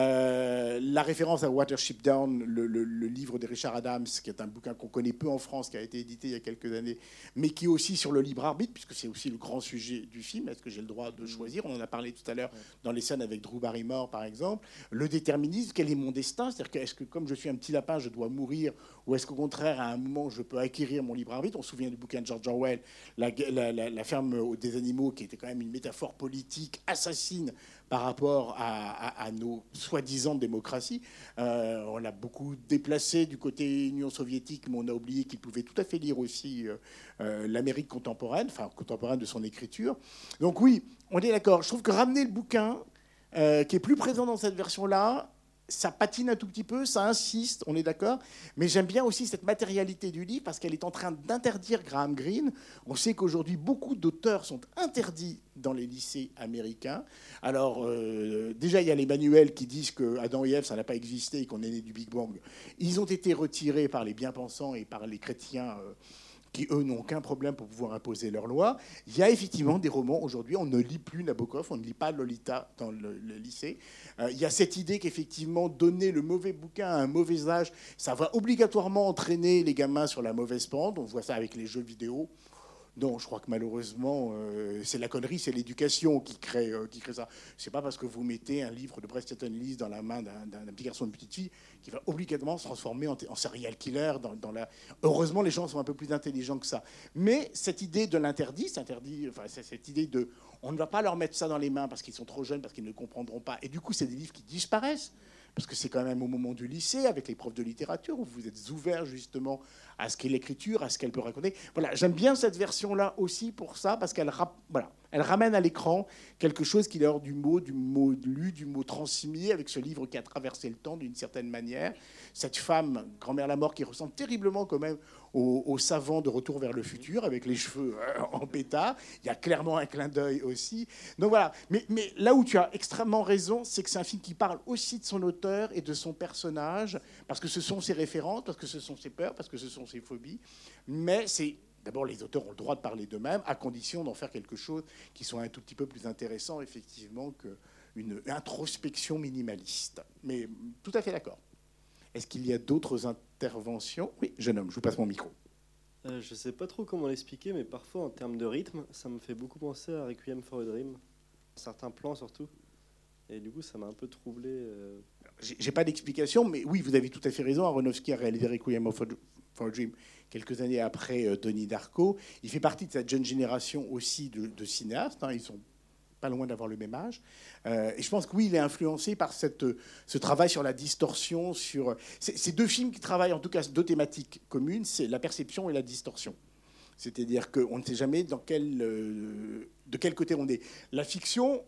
Euh, la référence à Watership Down, le, le, le livre de Richard Adams, qui est un bouquin qu'on connaît peu en France, qui a été édité il y a quelques années, mais qui est aussi sur le libre arbitre, puisque c'est aussi le grand sujet du film. Est-ce que j'ai le droit de choisir? On en a parlé tout à l'heure dans les scènes avec Drew Barrymore, par exemple. Le déterminisme, quel est mon destin? C'est-à-dire que, est-ce que comme je suis un petit lapin, je dois mourir, ou est-ce qu'au contraire, à un moment, je peux acquérir mon libre arbitre? On se souvient du bouquin de George Orwell, la, la, la, la ferme des animaux, qui était quand même une métaphore politique assassine par rapport à, à, à nos soi-disant démocraties. Euh, on l'a beaucoup déplacé du côté Union soviétique, mais on a oublié qu'il pouvait tout à fait lire aussi euh, euh, l'Amérique contemporaine, enfin contemporaine de son écriture. Donc oui, on est d'accord. Je trouve que ramener le bouquin, euh, qui est plus présent dans cette version-là, ça patine un tout petit peu, ça insiste, on est d'accord. Mais j'aime bien aussi cette matérialité du livre parce qu'elle est en train d'interdire Graham Greene. On sait qu'aujourd'hui, beaucoup d'auteurs sont interdits dans les lycées américains. Alors, euh, déjà, il y a les manuels qui disent que Adam et Ève, ça n'a pas existé et qu'on est né du Big Bang. Ils ont été retirés par les bien-pensants et par les chrétiens euh, qui, eux, n'ont aucun problème pour pouvoir imposer leurs lois. Il y a effectivement des romans, aujourd'hui, on ne lit plus Nabokov, on ne lit pas Lolita dans le, le lycée. Euh, il y a cette idée qu'effectivement, donner le mauvais bouquin à un mauvais âge, ça va obligatoirement entraîner les gamins sur la mauvaise pente. On voit ça avec les jeux vidéo. Non, je crois que malheureusement, euh, c'est la connerie, c'est l'éducation qui crée, euh, qui crée ça. C'est pas parce que vous mettez un livre de Bret Easton Ellis dans la main d'un, d'un petit garçon ou d'une petite fille qui va obligatoirement se transformer en, en serial killer. Dans, dans la... Heureusement, les gens sont un peu plus intelligents que ça. Mais cette idée de l'interdit, c'est interdit, enfin, c'est cette idée de... On ne va pas leur mettre ça dans les mains parce qu'ils sont trop jeunes, parce qu'ils ne comprendront pas. Et du coup, c'est des livres qui disparaissent. Parce que c'est quand même au moment du lycée, avec les profs de littérature, où vous êtes ouverts justement à ce qu'est l'écriture, à ce qu'elle peut raconter. Voilà, j'aime bien cette version-là aussi pour ça, parce qu'elle voilà, elle ramène à l'écran quelque chose qui est hors du mot, du mot lu, du mot transmis, avec ce livre qui a traversé le temps d'une certaine manière. Cette femme, Grand-mère Lamort, qui ressemble terriblement quand même au, au savant de Retour vers le futur, avec les cheveux en pétard. Il y a clairement un clin d'œil aussi. Donc voilà, mais, mais là où tu as extrêmement raison, c'est que c'est un film qui parle aussi de son auteur et de son personnage, parce que ce sont ses références, parce que ce sont ses peurs, parce que ce sont ses phobies. Mais c'est... D'abord, les auteurs ont le droit de parler d'eux-mêmes, à condition d'en faire quelque chose qui soit un tout petit peu plus intéressant, effectivement, qu'une introspection minimaliste. Mais tout à fait d'accord. Est-ce qu'il y a d'autres interventions? Oui, jeune homme, je vous passe mon micro. Euh, je ne sais pas trop comment l'expliquer, mais parfois, en termes de rythme, ça me fait beaucoup penser à Requiem for a Dream. Certains plans, surtout. Et du coup, ça m'a un peu troublé. Euh... J'ai pas d'explication, mais oui, vous avez tout à fait raison. Aronofsky a réalisé Requiem for a Dream quelques années après euh, Donnie Darko. Il fait partie de cette jeune génération aussi de, de cinéastes. Hein. Ils sont pas loin d'avoir le même âge. Euh, et je pense que oui, il est influencé par cette, ce travail sur la distorsion. Sur ces deux films qui travaillent en tout cas deux thématiques communes, c'est la perception et la distorsion. C'est-à-dire qu'on ne sait jamais dans quel, euh, de quel côté on est. La fiction,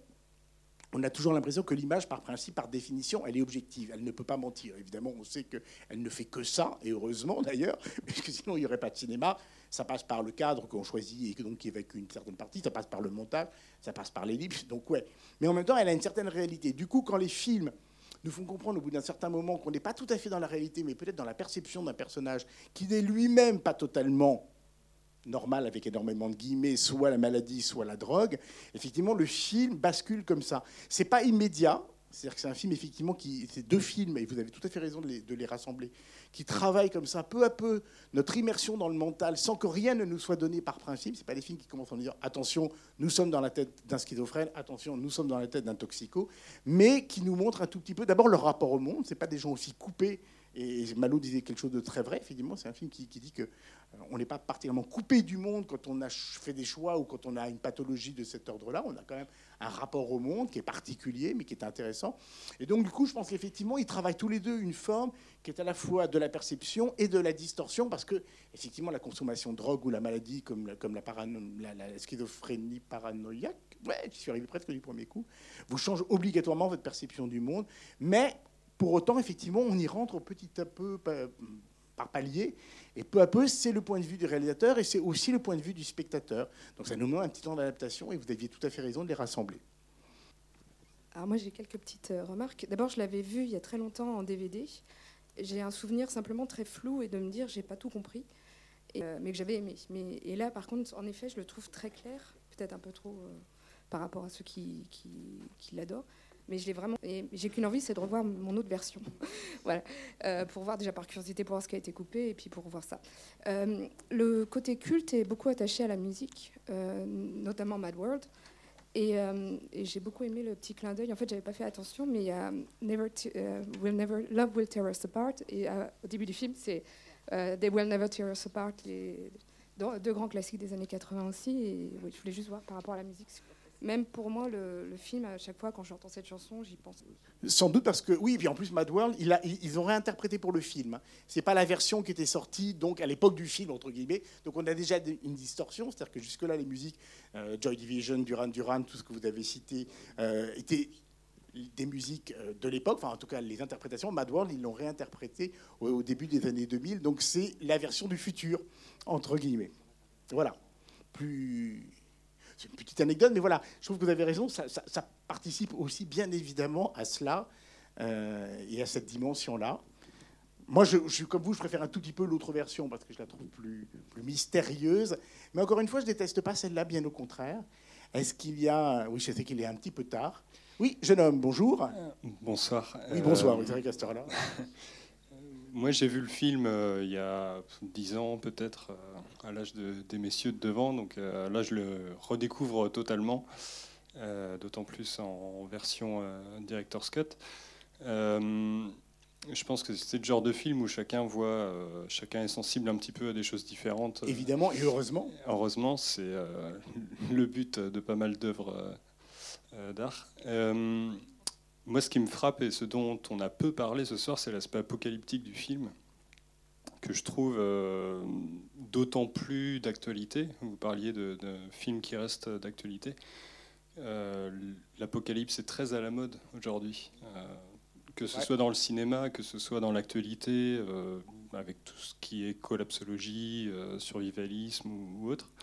on a toujours l'impression que l'image, par principe, par définition, elle est objective. Elle ne peut pas mentir. Évidemment, on sait qu'elle ne fait que ça, et heureusement d'ailleurs, parce que sinon il n'y aurait pas de cinéma. Ça passe par le cadre qu'on choisit et donc qui évacue une certaine partie. Ça passe par le montage, ça passe par l'ellipse. Donc ouais. Mais en même temps, elle a une certaine réalité. Du coup, quand les films nous font comprendre au bout d'un certain moment qu'on n'est pas tout à fait dans la réalité, mais peut-être dans la perception d'un personnage qui n'est lui-même pas totalement normal, avec énormément de guillemets, soit la maladie, soit la drogue, effectivement, le film bascule comme ça. C'est pas immédiat, c'est-à-dire que c'est un film, effectivement, qui, c'est deux films, et vous avez tout à fait raison de les, de les rassembler, qui travaillent comme ça, peu à peu, notre immersion dans le mental, sans que rien ne nous soit donné par principe. C'est pas des films qui commencent en disant, attention, nous sommes dans la tête d'un schizophrène, attention, nous sommes dans la tête d'un toxico, mais qui nous montrent un tout petit peu, d'abord, leur rapport au monde. C'est pas des gens aussi coupés. Et Malo disait quelque chose de très vrai, effectivement, c'est un film qui, qui dit qu'on euh, n'est pas particulièrement coupé du monde quand on a fait des choix ou quand on a une pathologie de cet ordre-là. On a quand même un rapport au monde qui est particulier, mais qui est intéressant. Et donc, du coup, je pense qu'effectivement, ils travaillent tous les deux une forme qui est à la fois de la perception et de la distorsion, parce que, effectivement, la consommation de drogue ou la maladie, comme la, comme la, parano, la, la schizophrénie paranoïaque, ouais, j'y suis arrivé presque du premier coup, vous change obligatoirement votre perception du monde, mais... Pour autant, effectivement, on y rentre petit à peu par palier. Et peu à peu, c'est le point de vue du réalisateur et c'est aussi le point de vue du spectateur. Donc ça nous met un petit temps d'adaptation et vous aviez tout à fait raison de les rassembler. Alors moi j'ai quelques petites euh, remarques. D'abord je l'avais vu il y a très longtemps en D V D. J'ai un souvenir simplement très flou et de me dire j'ai pas tout compris, et, euh, mais que j'avais aimé. Mais, et là par contre en effet je le trouve très clair, peut-être un peu trop euh, par rapport à ceux qui, qui, qui l'adorent. Mais je l'ai vraiment. Et j'ai qu'une envie, c'est de revoir mon autre version. Voilà. Euh, pour voir déjà par curiosité, pour voir ce qui a été coupé, et puis pour voir ça. Euh, le côté culte est beaucoup attaché à la musique, euh, notamment Mad World. Et, euh, et j'ai beaucoup aimé le petit clin d'œil. En fait, j'avais pas fait attention, mais il y a Never t- uh, will never, Love Will Tear Us Apart. Et euh, au début du film, c'est euh, They Will Never Tear Us Apart, les deux grands classiques des années quatre-vingts aussi. Et oui, je voulais juste voir par rapport à la musique. Même pour moi, le, le film, à chaque fois, quand j'entends cette chanson, j'y pense. Sans doute parce que, oui, et puis en plus, Mad World, il a, ils ont réinterprété pour le film. C'est pas la version qui était sortie donc, à l'époque du film, entre guillemets. Donc on a déjà une distorsion, c'est-à-dire que jusque-là, les musiques, euh, Joy Division, Duran Duran, tout ce que vous avez cité, euh, étaient des musiques de l'époque, enfin en tout cas les interprétations. Mad World, ils l'ont réinterprété au, au début des années deux mille, donc c'est la version du futur, entre guillemets. Voilà. Plus... C'est une petite anecdote, mais voilà, je trouve que vous avez raison, ça, ça, ça participe aussi bien évidemment à cela euh, et à cette dimension-là. Moi, je, je suis comme vous, je préfère un tout petit peu l'autre version parce que je la trouve plus, plus mystérieuse. Mais encore une fois, je déteste pas celle-là, bien au contraire. Est-ce qu'il y a... Oui, je sais qu'il est un petit peu tard. Oui, jeune homme, bonjour. Bonsoir. Oui, bonsoir, euh... c'est vrai qu'à cette heure-là. Moi, j'ai vu le film euh, il y a dix ans, peut-être, euh, à l'âge de, des messieurs de devant. Donc euh, là, je le redécouvre totalement, euh, d'autant plus en, en version euh, Director's Cut. Euh, je pense que c'est le genre de film où chacun voit, euh, chacun est sensible un petit peu à des choses différentes. Évidemment, et heureusement. Heureusement, c'est euh, le but de pas mal d'œuvres euh, d'art. Euh, Moi, ce qui me frappe et ce dont on a peu parlé ce soir, c'est l'aspect apocalyptique du film, que je trouve euh, d'autant plus d'actualité. Vous parliez de, de films qui restent d'actualité. Euh, L'apocalypse est très à la mode aujourd'hui, euh, que ce ouais. soit dans le cinéma, que ce soit dans l'actualité, euh, avec tout ce qui est collapsologie, euh, survivalisme ou, ou autre.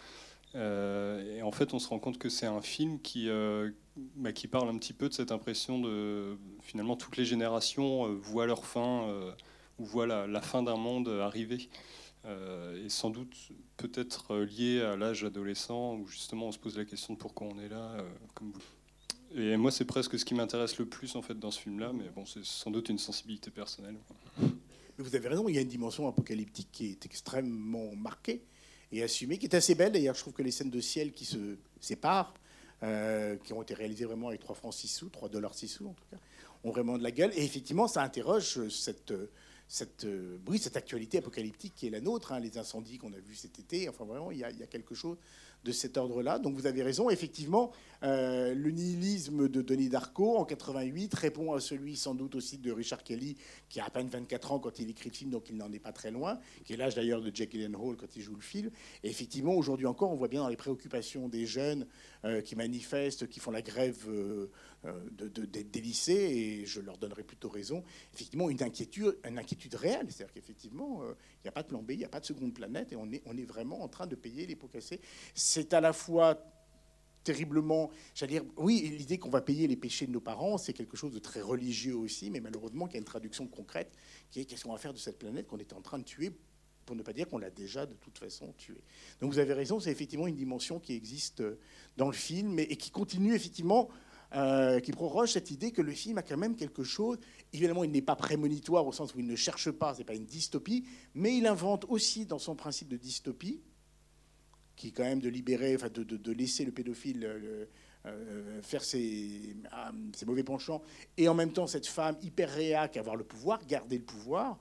Euh, et en fait, on se rend compte que c'est un film qui, euh, bah, qui parle un petit peu de cette impression de finalement toutes les générations euh, voient leur fin euh, ou voient la, la fin d'un monde arriver. Euh, et sans doute peut-être lié à l'âge adolescent où justement on se pose la question de pourquoi on est là. Euh, comme vous. Et moi, c'est presque ce qui m'intéresse le plus en fait dans ce film-là, mais bon, c'est sans doute une sensibilité personnelle. Mais vous avez raison, il y a une dimension apocalyptique qui est extrêmement marquée et assumée, qui est assez belle. D'ailleurs, je trouve que les scènes de ciel qui se séparent, euh, qui ont été réalisées vraiment avec trois francs six sous, trois dollars six sous en tout cas, ont vraiment de la gueule. Et effectivement, ça interroge cette, cette, oui, cette actualité apocalyptique qui est la nôtre, hein, les incendies qu'on a vus cet été. Enfin, vraiment, il y a, il y a quelque chose de cet ordre-là. Donc, vous avez raison. Effectivement, euh, le nihilisme de Denis Darko en quatre-vingt-huit répond à celui, sans doute aussi, de Richard Kelly, qui a à peine vingt-quatre ans quand il écrit le film, donc il n'en est pas très loin, qui est l'âge d'ailleurs de Jake Gyllenhaal quand il joue le film. Et effectivement, aujourd'hui encore, on voit bien dans les préoccupations des jeunes euh, qui manifestent, qui font la grève euh, de, de, de, des lycées, et je leur donnerai plutôt raison, effectivement, une inquiétude, une inquiétude réelle. C'est-à-dire qu'effectivement, il euh, n'y a pas de plan B, il n'y a pas de seconde planète, et on est, on est vraiment en train de payer les pots cassés. C'est à la fois terriblement, j'allais dire, oui, l'idée qu'on va payer les péchés de nos parents, c'est quelque chose de très religieux aussi, mais malheureusement, qu'il y a une traduction concrète qui est qu'est-ce qu'on va faire de cette planète qu'on est en train de tuer, pour ne pas dire qu'on l'a déjà de toute façon tuée. Donc vous avez raison, c'est effectivement une dimension qui existe dans le film et, et qui continue effectivement, euh, qui proroge cette idée que le film a quand même quelque chose. Évidemment, il n'est pas prémonitoire au sens où il ne cherche pas, c'est pas une dystopie, mais il invente aussi dans son principe de dystopie, qui est quand même de libérer, enfin de, de, de laisser le pédophile euh, euh, faire ses, euh, ses mauvais penchants, et en même temps cette femme hyper réac avoir le pouvoir, garder le pouvoir,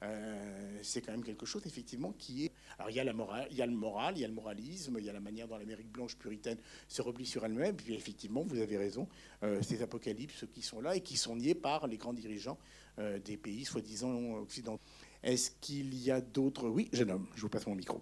euh, c'est quand même quelque chose effectivement qui est... Alors il y a la morale, il y a le moral, il y a le moralisme, il y a la manière dont l'Amérique blanche puritaine se replie sur elle-même, et puis effectivement, vous avez raison, euh, ces apocalypses qui sont là et qui sont niés par les grands dirigeants euh, des pays soi-disant occidentaux. Est-ce qu'il y a d'autres... Oui, jeune homme, je vous passe mon micro.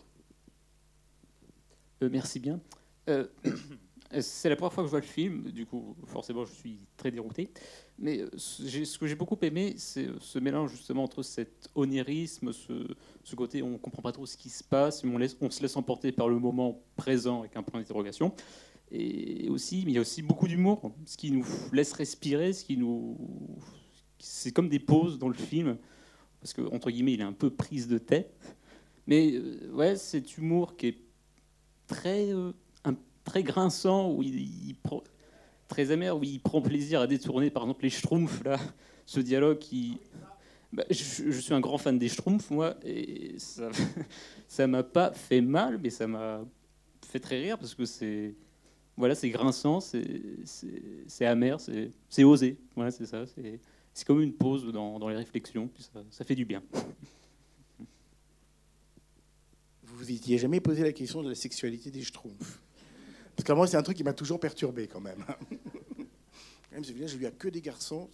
Euh, merci bien. Euh, c'est la première fois que je vois le film, du coup, forcément, je suis très dérouté. Mais euh, ce que j'ai beaucoup aimé, c'est ce mélange justement entre cet onirisme, ce, ce côté on ne comprend pas trop ce qui se passe, mais on, laisse, on se laisse emporter par le moment présent avec un point d'interrogation. Et aussi, mais il y a aussi beaucoup d'humour, ce qui nous laisse respirer, ce qui nous, c'est comme des pauses dans le film, parce que entre guillemets, il est un peu prise de tête. Mais euh, ouais, cet humour qui est très, euh, un, très grinçant, où il, il prend, très amer, où il prend plaisir à détourner, par exemple, les Schtroumpfs là, ce dialogue qui, bah, je, je suis un grand fan des Schtroumpfs, moi, et ça, ça m'a pas fait mal, mais ça m'a fait très rire parce que c'est Voilà, c'est grinçant, c'est amer, c'est osé. Voilà, c'est ça. C'est comme une pause dans, dans les réflexions, puis ça, ça fait du bien. Vous vous étiez jamais posé la question de la sexualité des Schtroumpfs? Parce que moi, c'est un truc qui m'a toujours perturbé quand même. Même ce village, je lui a que des garçons.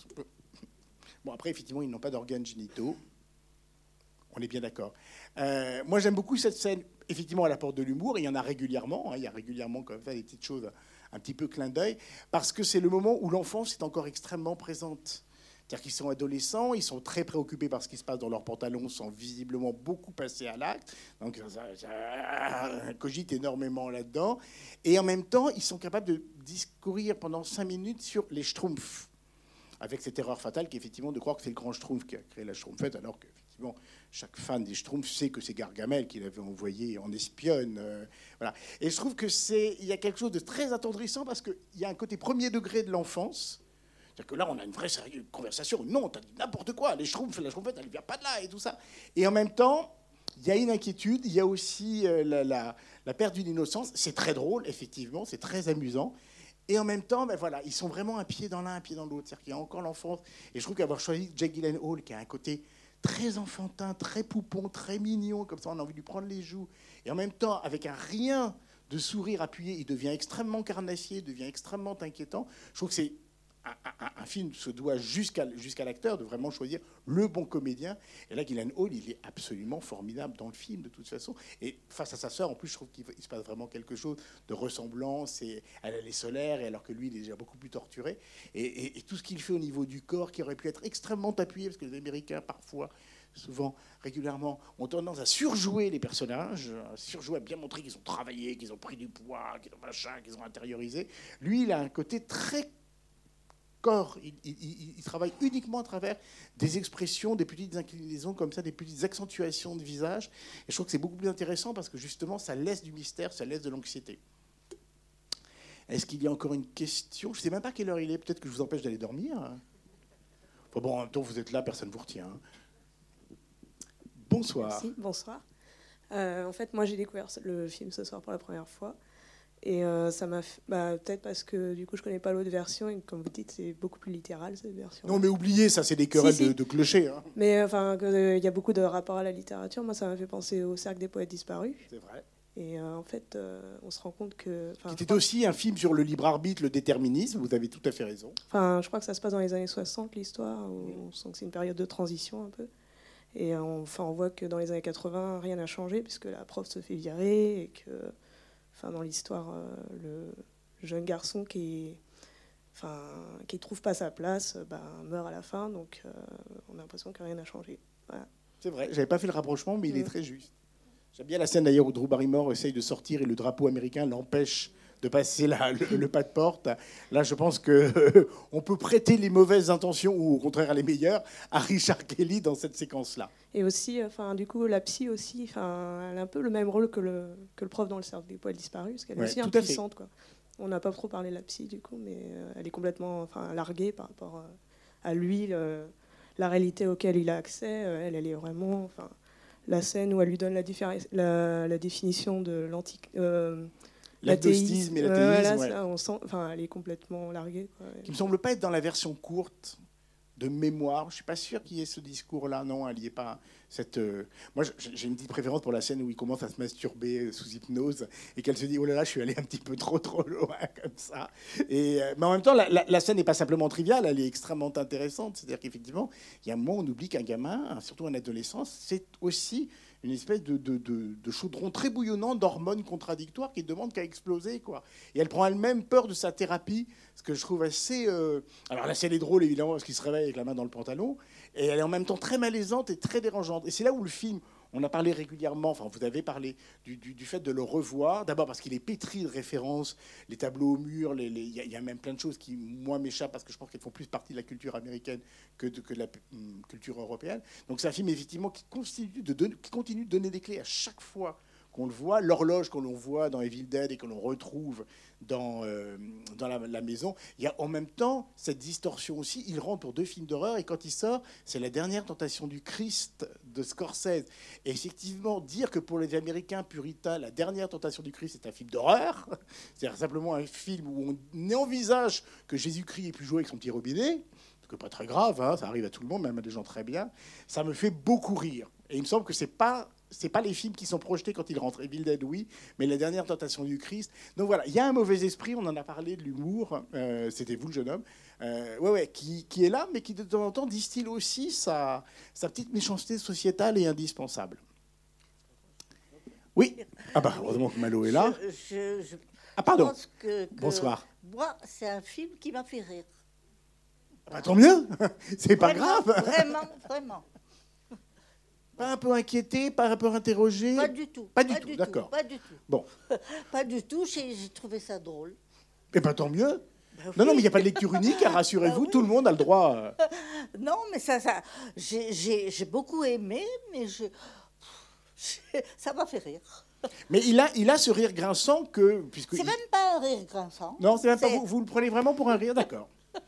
Bon, après, effectivement, ils n'ont pas d'organes génitaux. On est bien d'accord. Euh, moi, j'aime beaucoup cette scène. Effectivement, elle apporte de l'humour. Il y en a régulièrement. Hein, il y a régulièrement comme ça des petites choses, un petit peu clin d'œil, parce que c'est le moment où l'enfance est encore extrêmement présente. C'est-à-dire qu'ils sont adolescents, ils sont très préoccupés par ce qui se passe dans leurs pantalons, sans visiblement beaucoup passer à l'acte. Donc, ça, ça cogite énormément là-dedans. Et en même temps, ils sont capables de discourir pendant cinq minutes sur les Schtroumpfs, avec cette erreur fatale qui est effectivement de croire que c'est le grand Schtroumpf qui a créé la Schtroumpfette, alors qu'effectivement, chaque fan des Schtroumpfs sait que c'est Gargamel qui l'avait envoyé en espionne. Euh, voilà. Et je trouve que c'est, il y a quelque chose de très attendrissant parce qu'il y a un côté premier degré de l'enfance. C'est-à-dire que là, on a une vraie sérieuse conversation. Non, t'as dit n'importe quoi. Les Schtroumpfs, la Schtroumpfette, elle ne vient pas de là et tout ça. Et en même temps, il y a une inquiétude. Il y a aussi euh, la, la, la perte d'une innocence. C'est très drôle, effectivement. C'est très amusant. Et en même temps, ben voilà, ils sont vraiment un pied dans l'un, un pied dans l'autre. C'est-à-dire qu'il y a encore l'enfance. Et je trouve qu'avoir choisi Jake Gyllenhaal, qui a un côté très enfantin, très poupon, très mignon, comme ça on a envie de lui prendre les joues, et en même temps, avec un rien de sourire appuyé, il devient extrêmement carnassier, il devient extrêmement inquiétant. Je trouve que c'est un, un, un film se doit jusqu'à jusqu'à l'acteur de vraiment choisir le bon comédien. Et là, Gyllenhaal, il est absolument formidable dans le film, de toute façon. Et face à sa sœur, en plus, je trouve qu'il se passe vraiment quelque chose de ressemblance. Et elle, elle est solaire, et alors que lui, il est déjà beaucoup plus torturé. Et, et, et tout ce qu'il fait au niveau du corps, qui aurait pu être extrêmement appuyé, parce que les Américains, parfois, souvent, régulièrement, ont tendance à surjouer les personnages, à surjouer, à bien montrer qu'ils ont travaillé, qu'ils ont pris du poids, qu'ils ont machin, qu'ils ont intériorisé. Lui, il a un côté très corps. Il, il, il travaille uniquement à travers des expressions, des petites inclinaisons comme ça, des petites accentuations de visage. Et je trouve que c'est beaucoup plus intéressant parce que justement, ça laisse du mystère, ça laisse de l'anxiété. Est-ce qu'il y a encore une question? Je ne sais même pas quelle heure il est. Peut-être que je vous empêche d'aller dormir. Enfin bon, en même temps, vous êtes là, personne ne vous retient. Bonsoir. Merci, bonsoir. Euh, en fait, moi, j'ai découvert le film ce soir pour la première fois. Et euh, ça m'a fait, bah, peut-être parce que du coup je connais pas l'autre version et comme vous dites c'est beaucoup plus littéral cette version. Non mais oubliez ça, c'est des querelles si, si. de, de clocher. Hein. Mais enfin il euh, y a beaucoup de rapports à la littérature. Moi ça m'a fait penser au Cercle des poètes disparus. C'est vrai. Et euh, en fait euh, on se rend compte que. C'était aussi un film sur le libre arbitre, le déterminisme. Vous avez tout à fait raison. Enfin je crois que ça se passe dans les années soixante l'histoire où on sent que c'est une période de transition un peu. Et on, enfin on voit que dans les années quatre-vingts rien n'a changé puisque la prof se fait virer et que. Enfin, dans l'histoire, euh, le jeune garçon qui enfin, qui trouve pas sa place bah, meurt à la fin, donc euh, on a l'impression que rien n'a changé. Voilà. C'est vrai, j'avais pas fait le rapprochement, mais il mmh. est très juste. J'aime bien la scène d'ailleurs où Drew Barrymore essaye de sortir et le drapeau américain l'empêche de passer la, le, le pas de porte. Là, je pense qu'on euh, peut prêter les mauvaises intentions, ou au contraire les meilleures, à Richard Kelly dans cette séquence-là. Et aussi, enfin, du coup, la psy aussi, enfin, elle a un peu le même rôle que le, que le prof dans le Cercle des poètes disparus, parce qu'elle est ouais, aussi impuissante. Quoi. On n'a pas trop parlé de la psy, du coup, mais euh, elle est complètement enfin, larguée par rapport euh, à lui, le, la réalité auquel il a accès. Euh, elle, elle est vraiment... Enfin, la scène où elle lui donne la, diffé- la, la définition de l'antique... Euh, l'agnostisme et l'athéisme, euh, voilà, ouais. ça, on sent, enfin, elle est complètement larguée. Quoi. Qui me semble pas être dans la version courte de mémoire. Je suis pas sûr qu'il y ait ce discours-là. Non, elle y est pas. Cette, euh... Moi, j'ai une petite préférence pour la scène où il commence à se masturber sous hypnose et qu'elle se dit oh là là, je suis allé un petit peu trop trop loin comme ça. Et euh... mais en même temps, la, la, la scène n'est pas simplement triviale, elle est extrêmement intéressante. C'est-à-dire qu'effectivement, il y a un moment où on oublie qu'un gamin, surtout un adolescent, c'est aussi une espèce de, de, de, de chaudron très bouillonnant d'hormones contradictoires qui ne demandent qu'à exploser, quoi. Et elle prend elle-même peur de sa thérapie, ce que je trouve assez... Euh... Alors la scène est drôle, évidemment, parce qu'il se réveille avec la main dans le pantalon, et elle est en même temps très malaisante et très dérangeante. Et c'est là où le film, On a parlé régulièrement, enfin vous avez parlé du, du, du fait de le revoir, d'abord parce qu'il est pétri de références, les tableaux au mur, il y, y a même plein de choses qui, moi, m'échappent parce que je pense qu'elles font plus partie de la culture américaine que de, que de la hum, culture européenne. Donc c'est un film, effectivement, qui continue, de donner, qui continue de donner des clés à chaque fois qu'on le voit, l'horloge que l'on voit dans Evil Dead et que l'on retrouve dans, euh, dans la, la maison. Il y a en même temps cette distorsion aussi. Il rentre pour deux films d'horreur et quand il sort, c'est La Dernière Tentation du Christ de Scorsese. Et effectivement, dire que pour les Américains puritains, La Dernière Tentation du Christ est un film d'horreur, c'est-à-dire simplement un film où on envisage que Jésus-Christ ait pu jouer avec son petit robinet, ce qui n'est pas très grave, hein, ça arrive à tout le monde, même à des gens très bien, ça me fait beaucoup rire. Et il me semble que c'est pas... c'est pas les films qui sont projetés quand ils rentrent. Evil Dead, oui, mais La Dernière Tentation du Christ. Donc voilà, il y a un mauvais esprit, on en a parlé de l'humour, euh, c'était vous le jeune homme, euh, ouais, ouais, qui, qui est là, mais qui de temps en temps distille aussi sa, sa petite méchanceté sociétale et indispensable. Oui. Ah bah, heureusement que Malo est là. Je, je, je ah pardon. pense que, que Bonsoir. Moi, c'est un film qui m'a fait rire. Bah, tant mieux. C'est pas vraiment, grave. Vraiment, vraiment. Pas un peu inquiété, pas un peu interrogé? Pas du tout. Pas du pas tout, du d'accord. Tout, pas du tout. Bon. Pas du tout, j'ai, j'ai trouvé ça drôle. Eh bien, tant mieux. Ben oui. Non, non, mais il n'y a pas de lecture unique, hein, rassurez-vous, ben oui. Tout le monde a le droit. Euh... Non, mais ça, ça j'ai, j'ai, j'ai beaucoup aimé, mais je, je, ça m'a fait rire. Mais il a, il a ce rire grinçant que... Puisque c'est il... même pas un rire grinçant. Non, c'est même c'est... pas vous, vous le prenez vraiment pour un rire, d'accord.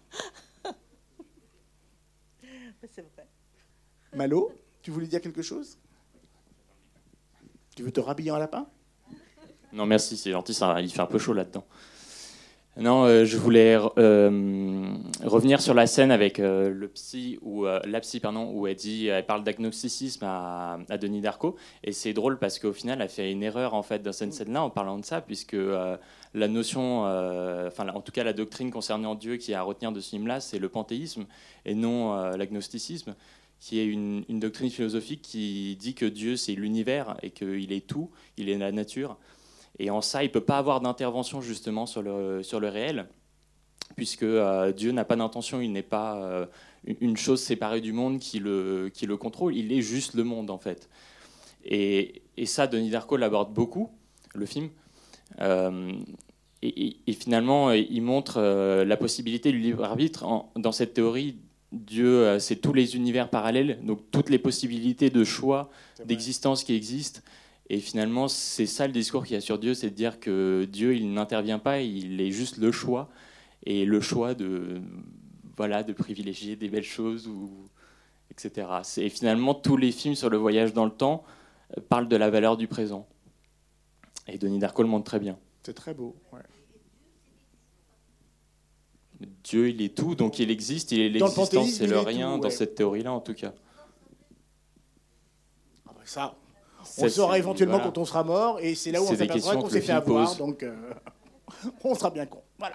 C'est vrai. Malo, tu voulais dire quelque chose? Tu veux te rhabiller en lapin? Non, merci, c'est gentil, ça, il fait un peu chaud là-dedans. Non, euh, je voulais euh, revenir sur la scène avec euh, le psy ou euh, la psy pardon, où elle dit, elle parle d'agnosticisme à, à Denis Darko, et c'est drôle parce qu'au final, elle fait une erreur en fait dans cette scène-là en parlant de ça, puisque euh, la notion, euh, enfin en tout cas la doctrine concernant Dieu qui est à retenir de ce film-là, c'est le panthéisme et non euh, l'agnosticisme, qui est une, une doctrine philosophique qui dit que Dieu c'est l'univers et qu'il est tout, il est la nature. Et en ça, il ne peut pas avoir d'intervention justement sur le, sur le réel, puisque euh, Dieu n'a pas d'intention, il n'est pas euh, une chose séparée du monde qui le, qui le contrôle, il est juste le monde en fait. Et, et ça, Denis Darko l'aborde beaucoup, le film. Euh, et, et, et finalement, il montre euh, la possibilité du libre arbitre. En, dans cette théorie, Dieu, euh, c'est tous les univers parallèles, donc toutes les possibilités de choix, d'existence qui existent. Et finalement, c'est ça le discours qu'il y a sur Dieu, c'est de dire que Dieu, il n'intervient pas, il est juste le choix, et le choix de, voilà, de privilégier des belles choses, ou, et cetera. Et finalement, tous les films sur le voyage dans le temps parlent de la valeur du présent. Et Denis Darko le montre très bien. C'est très beau, ouais. Dieu, il est tout, donc il existe, il est l'existence, c'est le rien, tout, dans ouais. cette théorie-là en tout cas. Ah bah ça... On saura éventuellement voilà. quand on sera mort, et c'est là où c'est on s'apercevra qu'on s'est fait avoir, pose. donc euh, on sera bien con. Voilà.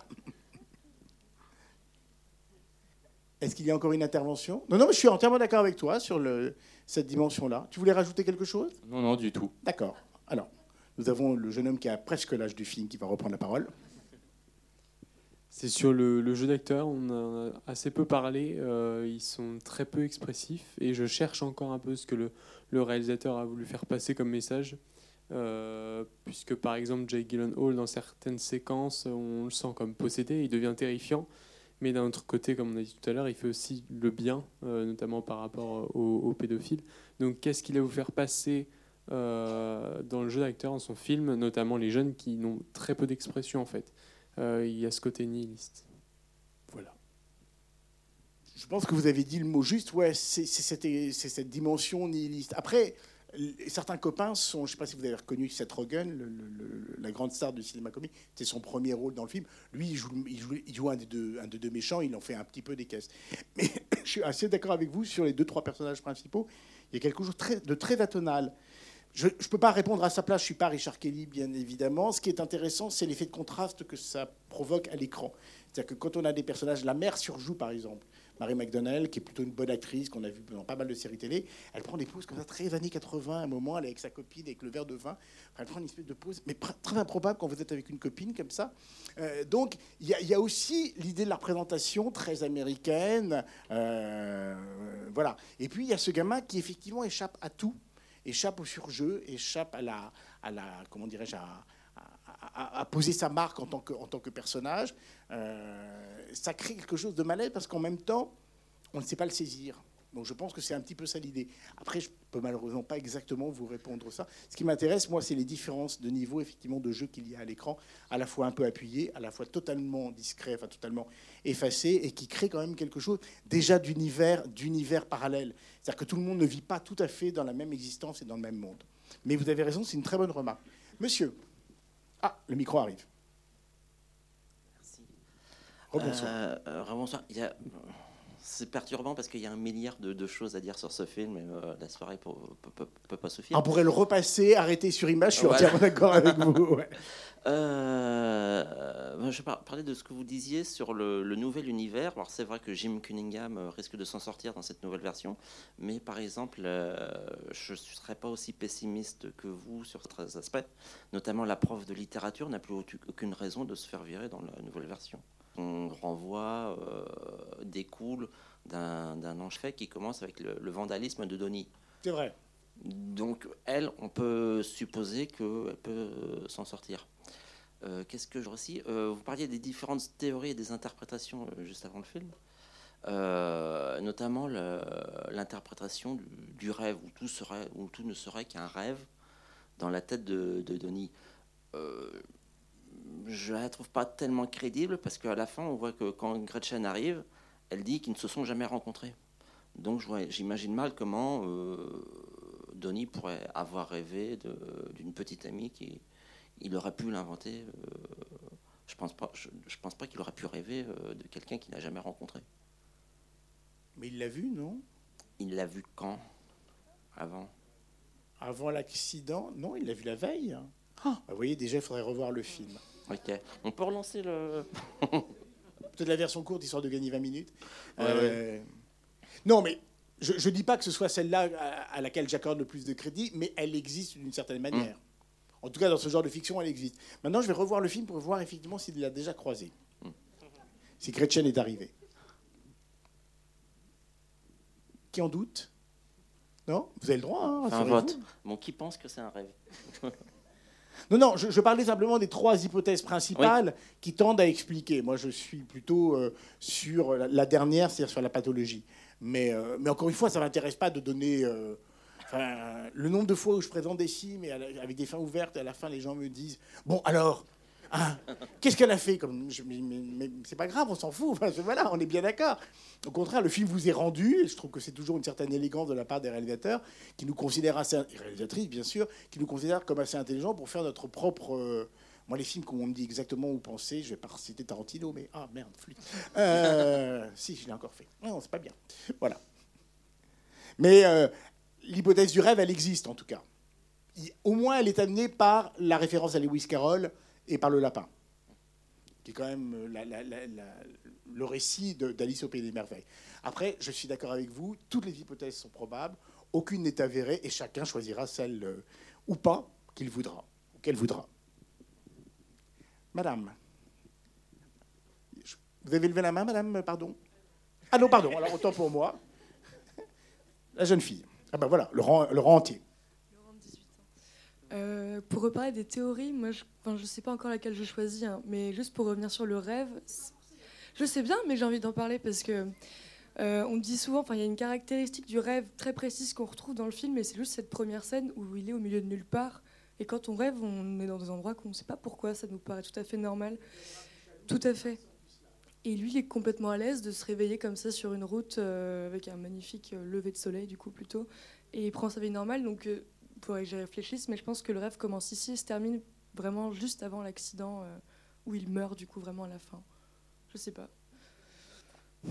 Est-ce qu'il y a encore une intervention? Non, non, mais je suis entièrement d'accord avec toi sur le, cette dimension-là. Tu voulais rajouter quelque chose? Non, non, du tout. D'accord. Alors, nous avons le jeune homme qui a presque l'âge du film qui va reprendre la parole. C'est sur le, le jeu d'acteurs, on en a assez peu parlé, euh, ils sont très peu expressifs et je cherche encore un peu ce que le, le réalisateur a voulu faire passer comme message, euh, puisque par exemple Jake Gyllenhaal dans certaines séquences on le sent comme possédé, il devient terrifiant, mais d'un autre côté, comme on a dit tout à l'heure, il fait aussi le bien, euh, notamment par rapport aux, aux pédophiles. Donc qu'est-ce qu'il a voulu faire passer euh, dans le jeu d'acteurs, dans son film, notamment les jeunes qui n'ont très peu d'expression en fait. Euh, il y a ce côté nihiliste. Voilà. Je pense que vous avez dit le mot juste. Ouais, c'est, c'est, cette, c'est cette dimension nihiliste. Après, certains copains sont... Je ne sais pas si vous avez reconnu Seth Rogen, le, le, le, la grande star du cinéma comique. C'était son premier rôle dans le film. Lui, il joue, il joue, il joue un, des deux, un des deux méchants. Il en fait un petit peu des caisses. Mais je suis assez d'accord avec vous sur les deux, trois personnages principaux. Il y a quelque chose très, de très atonal. Je ne peux pas répondre à sa place, je ne suis pas Richard Kelly, bien évidemment. Ce qui est intéressant, c'est l'effet de contraste que ça provoque à l'écran. C'est-à-dire que quand on a des personnages, la mère surjoue, par exemple. Mary McDonnell, qui est plutôt une bonne actrice, qu'on a vue dans pas mal de séries télé, elle prend des poses comme ça, très années quatre-vingts, à un moment, elle est avec sa copine, avec le verre de vin. Enfin, elle prend une espèce de pose, mais très improbable quand vous êtes avec une copine comme ça. Euh, donc, il y, y a aussi l'idée de la représentation très américaine. Euh, voilà. Et puis, il y a ce gamin qui, effectivement, échappe à tout. échappe au surjeu, échappe à la, à la comment dirais-je, à, à, à poser sa marque en tant que, en tant que personnage. Euh, ça crée quelque chose de malaise parce qu'en même temps, on ne sait pas le saisir. Donc je pense que c'est un petit peu ça l'idée. Après, je peux malheureusement pas exactement vous répondre ça. Ce qui m'intéresse, moi, c'est les différences de niveau, effectivement, de jeu qu'il y a à l'écran, à la fois un peu appuyé, à la fois totalement discret, enfin totalement effacé, et qui crée quand même quelque chose déjà d'univers, d'univers parallèle. C'est-à-dire que tout le monde ne vit pas tout à fait dans la même existence et dans le même monde. Mais vous avez raison, c'est une très bonne remarque. Monsieur. Ah, le micro arrive. Merci. Rebonsoir. Euh, euh, rebonsoir. Il y a... C'est perturbant parce qu'il y a un milliard de, de choses à dire sur ce film et euh, la soirée ne peut, peut, peut pas suffire. On pourrait le repasser, arrêter sur image, je suis Voilà. entièrement d'accord avec vous. Ouais. Euh, je parlais de ce que vous disiez sur le, le nouvel univers. Alors c'est vrai que Jim Cunningham risque de s'en sortir dans cette nouvelle version, mais par exemple, euh, je ne serais pas aussi pessimiste que vous sur certains aspects. Notamment, la prof de littérature n'a plus aucune raison de se faire virer dans la nouvelle version. On renvoie, euh, découle d'un, d'un ange fait qui commence avec le, le vandalisme de Donnie. C'est vrai. Donc, elle, on peut supposer qu'elle peut s'en sortir. Euh, qu'est-ce que je aussi euh, Vous parliez des différentes théories et des interprétations euh, juste avant le film, euh, notamment le, l'interprétation du, du rêve, où tout, serait, où tout ne serait qu'un rêve dans la tête de, de Donnie. Euh, je ne la trouve pas tellement crédible parce qu'à la fin, on voit que quand Gretchen arrive, elle dit qu'ils ne se sont jamais rencontrés. Donc, je vois, j'imagine mal comment euh, Donnie pourrait avoir rêvé de, d'une petite amie qui, il aurait pu l'inventer. Euh, je pense pas. Je, je pense pas qu'il aurait pu rêver euh, de quelqu'un qu'il n'a jamais rencontré. Mais il l'a vu, non? Il l'a vu quand? Avant? Avant l'accident? Non, il l'a vu la veille. Oh. Vous voyez, déjà, il faudrait revoir le film. Ok. On peut relancer le... Peut-être la version courte, histoire de gagner vingt minutes. Ouais, euh... ouais. Non, mais je ne dis pas que ce soit celle-là à, à laquelle j'accorde le plus de crédit, mais elle existe d'une certaine manière. Mmh. En tout cas, dans ce genre de fiction, elle existe. Maintenant, je vais revoir le film pour voir effectivement s'il l'a déjà croisé. Mmh. Si Gretchen est arrivée. Qui en doute? Non? Vous avez le droit, hein, un vote. Bon, qui pense que c'est un rêve? Non, non, je, je parlais simplement des trois hypothèses principales oui. qui tendent à expliquer. Moi, je suis plutôt euh, sur la, la dernière, c'est-à-dire sur la pathologie. Mais, euh, mais encore une fois, ça ne m'intéresse pas de donner... Euh, enfin, le nombre de fois où je présente des films et la, avec des fins ouvertes, et à la fin, les gens me disent « Bon, alors, hein, qu'est-ce qu'elle a fait ?» Comme, je, mais, mais, mais c'est pas grave, on s'en fout. Enfin, voilà, on est bien d'accord. Au contraire, le film vous est rendu, et je trouve que c'est toujours une certaine élégance de la part des réalisateurs, qui nous considèrent assez... Et réalisatrices, bien sûr, qui nous considèrent comme assez intelligents pour faire notre propre... Euh, moi, les films, quand on me dit exactement où penser, je vais pas citer Tarantino, mais... Ah, merde, flûte. Euh, si, je l'ai encore fait. Non, c'est pas bien. Voilà. Mais euh, l'hypothèse du rêve, elle existe, en tout cas. Au moins, elle est amenée par la référence à Lewis Carroll et par Le Lapin, qui est quand même la, la, la, la, le récit de, d'Alice au Pays des Merveilles. Après, je suis d'accord avec vous, toutes les hypothèses sont probables, aucune n'est avérée, et chacun choisira celle euh, ou pas qu'il voudra, ou qu'elle voudra. Madame. Vous avez levé la main, madame, pardon? Ah non, pardon, alors autant pour moi. La jeune fille. Ah ben voilà, le rang, le rang entier. Euh, pour reparler des théories, moi, je ne sais pas encore laquelle je choisis, hein, mais juste pour revenir sur le rêve, je sais bien, mais j'ai envie d'en parler parce que euh, on dit souvent, enfin, il y a une caractéristique du rêve très précise qu'on retrouve dans le film, et c'est juste cette première scène où il est au milieu de nulle part. Et quand on rêve, on est dans des endroits qu'on ne sait pas pourquoi, ça nous paraît tout à fait normal. Tout à fait. Et lui, il est complètement à l'aise de se réveiller comme ça sur une route euh, avec un magnifique euh, lever de soleil, du coup, plutôt. Et il prend sa vie normale, donc il euh, faudrait que j'y réfléchisse, mais je pense que le rêve commence ici et se termine vraiment juste avant l'accident euh, où il meurt, du coup, vraiment à la fin. Je sais pas. Vous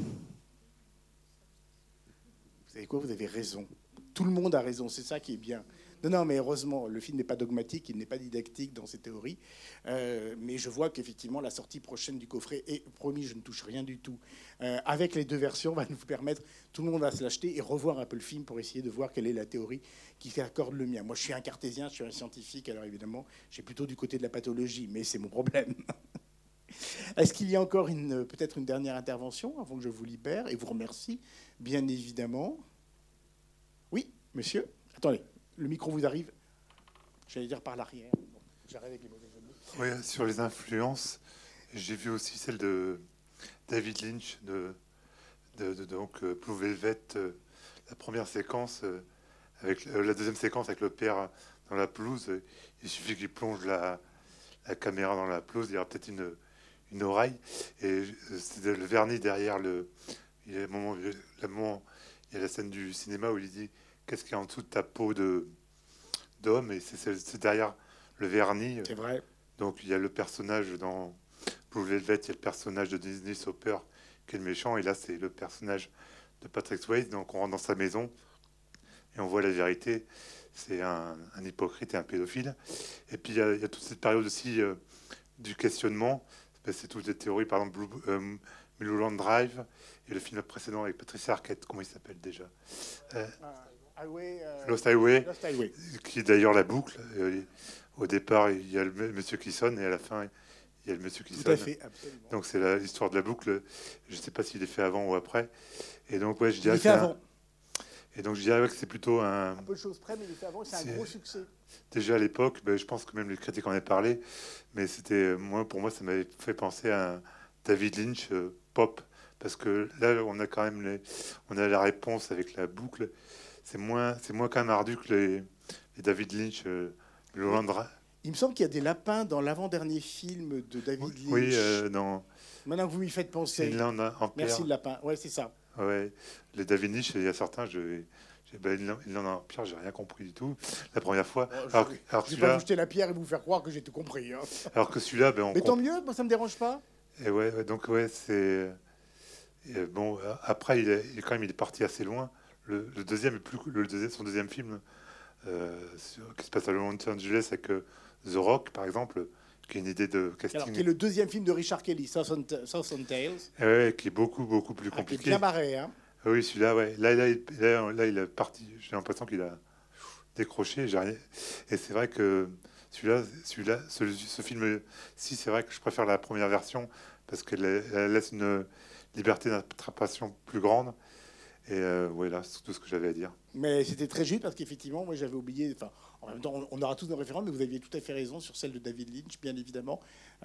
savez quoi? Vous avez raison. Tout le monde a raison, c'est ça qui est bien. Non, non, mais heureusement, le film n'est pas dogmatique, il n'est pas didactique dans ses théories. Euh, mais je vois qu'effectivement, la sortie prochaine du coffret, et promis, je ne touche rien du tout, euh, avec les deux versions, va nous permettre, tout le monde à se l'acheter et revoir un peu le film pour essayer de voir quelle est la théorie qui fait accorde le mien. Moi, je suis un cartésien, je suis un scientifique, alors évidemment, j'ai plutôt du côté de la pathologie, mais c'est mon problème. Est-ce qu'il y a encore une, peut-être une dernière intervention avant que je vous libère et vous remercie, bien évidemment? Oui, monsieur? Attendez. Le micro vous arrive, j'allais dire par l'arrière. Bon, j'arrête avec les mauvais jeux de mots. Oui, sur les influences, j'ai vu aussi celle de David Lynch, de, de, de donc euh, Blue Velvet, euh, la première séquence, euh, avec euh, la deuxième séquence avec le père dans la pelouse. Euh, il suffit qu'il plonge la, la caméra dans la pelouse, il y aura peut-être une, une oreille. Et euh, c'est le vernis derrière le. Il y a un moment, le moment, il y a la scène du cinéma où il dit qu'est-ce qu'il y a en dessous de ta peau de d'homme, et c'est, c'est, c'est derrière le vernis. C'est vrai. Donc il y a le personnage dans Blue Velvet, il y a le personnage de Disney Hopper qui est le méchant, et là c'est le personnage de Patrick Swayze. Donc on rentre dans sa maison et on voit la vérité. C'est un, un hypocrite et un pédophile. Et puis il y a, il y a toute cette période aussi euh, du questionnement. C'est toutes les théories, par exemple Blue, euh, Mulholland Drive et le film précédent avec Patricia Arquette, comment il s'appelle déjà euh, Highway, euh, Lost Highway, Lost Highway, qui est d'ailleurs la boucle. Euh, au départ, il y a le monsieur qui sonne, et à la fin, il y a le monsieur qui Tout sonne. à fait, absolument. Donc c'est la, l'histoire de la boucle. Je ne sais pas s'il est fait avant ou après. Et donc ouais, je Il dirais est fait que c'est avant. un- Et donc je dirais ouais, que c'est plutôt un. Un peu de choses près, mais il est fait avant, c'est un C'est- gros succès. Déjà à l'époque, ben, je pense que même les critiques en avaient parlé, mais c'était moi, pour moi, ça m'avait fait penser à un David Lynch euh, pop, parce que là, on a quand même les, on a la réponse avec la boucle. C'est moins, c'est moins quand même ardu que les, les David Lynch, euh, le Landra. Il me semble qu'il y a des lapins dans l'avant-dernier film de David Lynch. Oui, euh, dans Maintenant que vous m'y faites penser. Inland Empire. Merci le lapin. Ouais, c'est ça. Ouais, les David Lynch, il y a certains, je, j'ai, ben, Inland Empire, j'ai rien compris du tout la première fois. Oh, alors, je alors je vais pas celui-là, vous jeter la pierre et vous faire croire que j'ai tout compris. hein. alors que celui-là, ben, on Mais tant comp- mieux, moi ça me dérange pas. Et ouais, ouais, donc ouais, c'est et bon. Après, il est, il est quand même, il est parti assez loin. Le, le deuxième est plus, le deuxième, son deuxième film euh, sur- qui se passe à Los Angeles avec euh, The Rock, par exemple, qui est une idée de casting, Alors, qui est le deuxième film de Richard Kelly, South on, South on Tales. et ouais, qui est beaucoup, beaucoup plus Ah, qui est compliqué. bien barré, hein. Ah oui, celui-là, ouais. Là, là, il, là, là, il est parti. J'ai l'impression qu'il a décroché. J'ai rien- Et c'est vrai que celui-là, celui-là, ce, ce film-ci, c'est vrai que je préfère la première version parce qu'elle elle laisse une liberté d'interprétation plus grande. Et euh, voilà, c'est tout ce que j'avais à dire. Mais c'était très juste parce qu'effectivement, moi j'avais oublié. Enfin, en même temps, on, on aura tous nos références, mais vous aviez tout à fait raison sur celle de David Lynch, bien évidemment.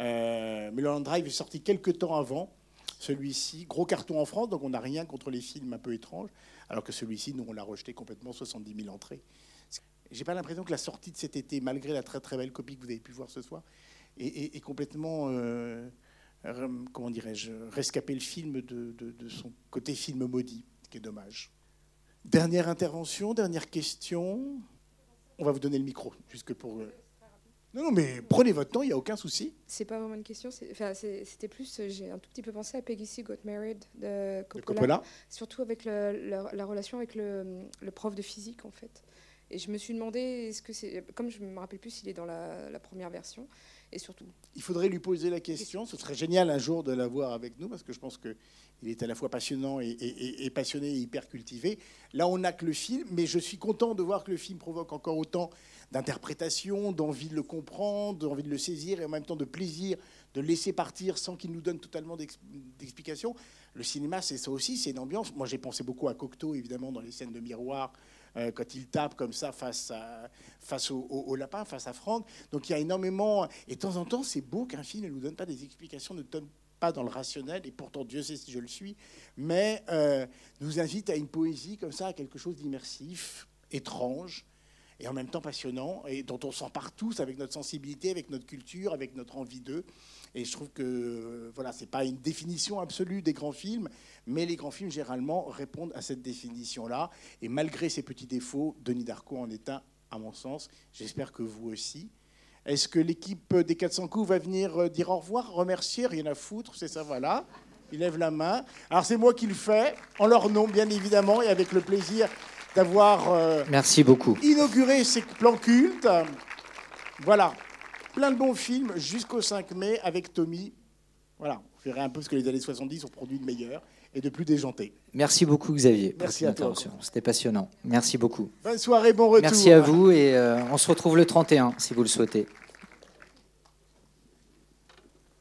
Euh, Mulholland Drive est sorti quelques temps avant celui-ci, gros carton en France, donc on n'a rien contre les films un peu étranges, alors que celui-ci, nous on l'a rejeté complètement, soixante-dix mille entrées. J'ai pas l'impression que la sortie de cet été, malgré la très très belle copie que vous avez pu voir ce soir, est, est- est complètement, euh, rem- comment dirais-je, rescapé le film de, de- de son côté film maudit, ce qui est dommage. Dernière intervention, dernière question. On va vous donner le micro, jusque pour. euh, Non, non, mais prenez votre temps, il n'y a aucun souci. C'est pas vraiment une question. c'est- Enfin, c'est- c'était plus. euh, J'ai un tout petit peu pensé à Peggy Sue Got Married de Coppola, Coppola. surtout avec le- la, la relation avec le, le prof de physique en fait. Et je me suis demandé, est-ce que c'est comme je me rappelle plus s'il est dans la, la première version, et surtout. Il faudrait lui poser la question. Ce serait génial un jour de l'avoir avec nous, parce que je pense qu'il est à la fois passionnant et, et- et- et passionné et hyper cultivé. Là, on n'a que le film, mais je suis content de voir que le film provoque encore autant d'interprétation, d'envie de le comprendre, d'envie de le saisir, et en même temps de plaisir de le laisser partir sans qu'il nous donne totalement d'ex- d'explications. Le cinéma, c'est ça aussi, c'est une ambiance. Moi, j'ai pensé beaucoup à Cocteau, évidemment, dans les scènes de miroir, euh, quand il tape comme ça face, à, face au, au- au lapin, face à Franck. Donc il y a énormément... Et de temps en temps, c'est beau qu'un film ne nous donne pas des explications, ne donne pas dans le rationnel, et pourtant Dieu sait si je le suis, mais euh, nous invite à une poésie comme ça, à quelque chose d'immersif, étrange, et en même temps passionnant, et dont on s'empare tous avec notre sensibilité, avec notre culture, avec notre envie d'eux. Et je trouve que euh, voilà, c'est pas une définition absolue des grands films, mais les grands films généralement répondent à cette définition-là. Et malgré ses petits défauts, Denis Darko en est un, à mon sens. J'espère que vous aussi. Est-ce que l'équipe des quatre cents coups va venir euh, dire au revoir, remercier, rien à foutre, c'est ça, voilà. Il lève la main. Alors c'est moi qui le fais, en leur nom bien évidemment, et avec le plaisir d'avoir euh, Merci beaucoup. inauguré ces plans cultes. Voilà, plein de bons films jusqu'au cinq mai avec Tommy. Voilà, vous verrez un peu ce que les années soixante-dix ont produit de meilleur et de plus déjanté. Merci beaucoup Xavier pour Merci cette à toi, intervention. C'était passionnant. Merci beaucoup. Bonne soirée, bon retour. Merci à vous et euh, on se retrouve le trente et un si vous le souhaitez.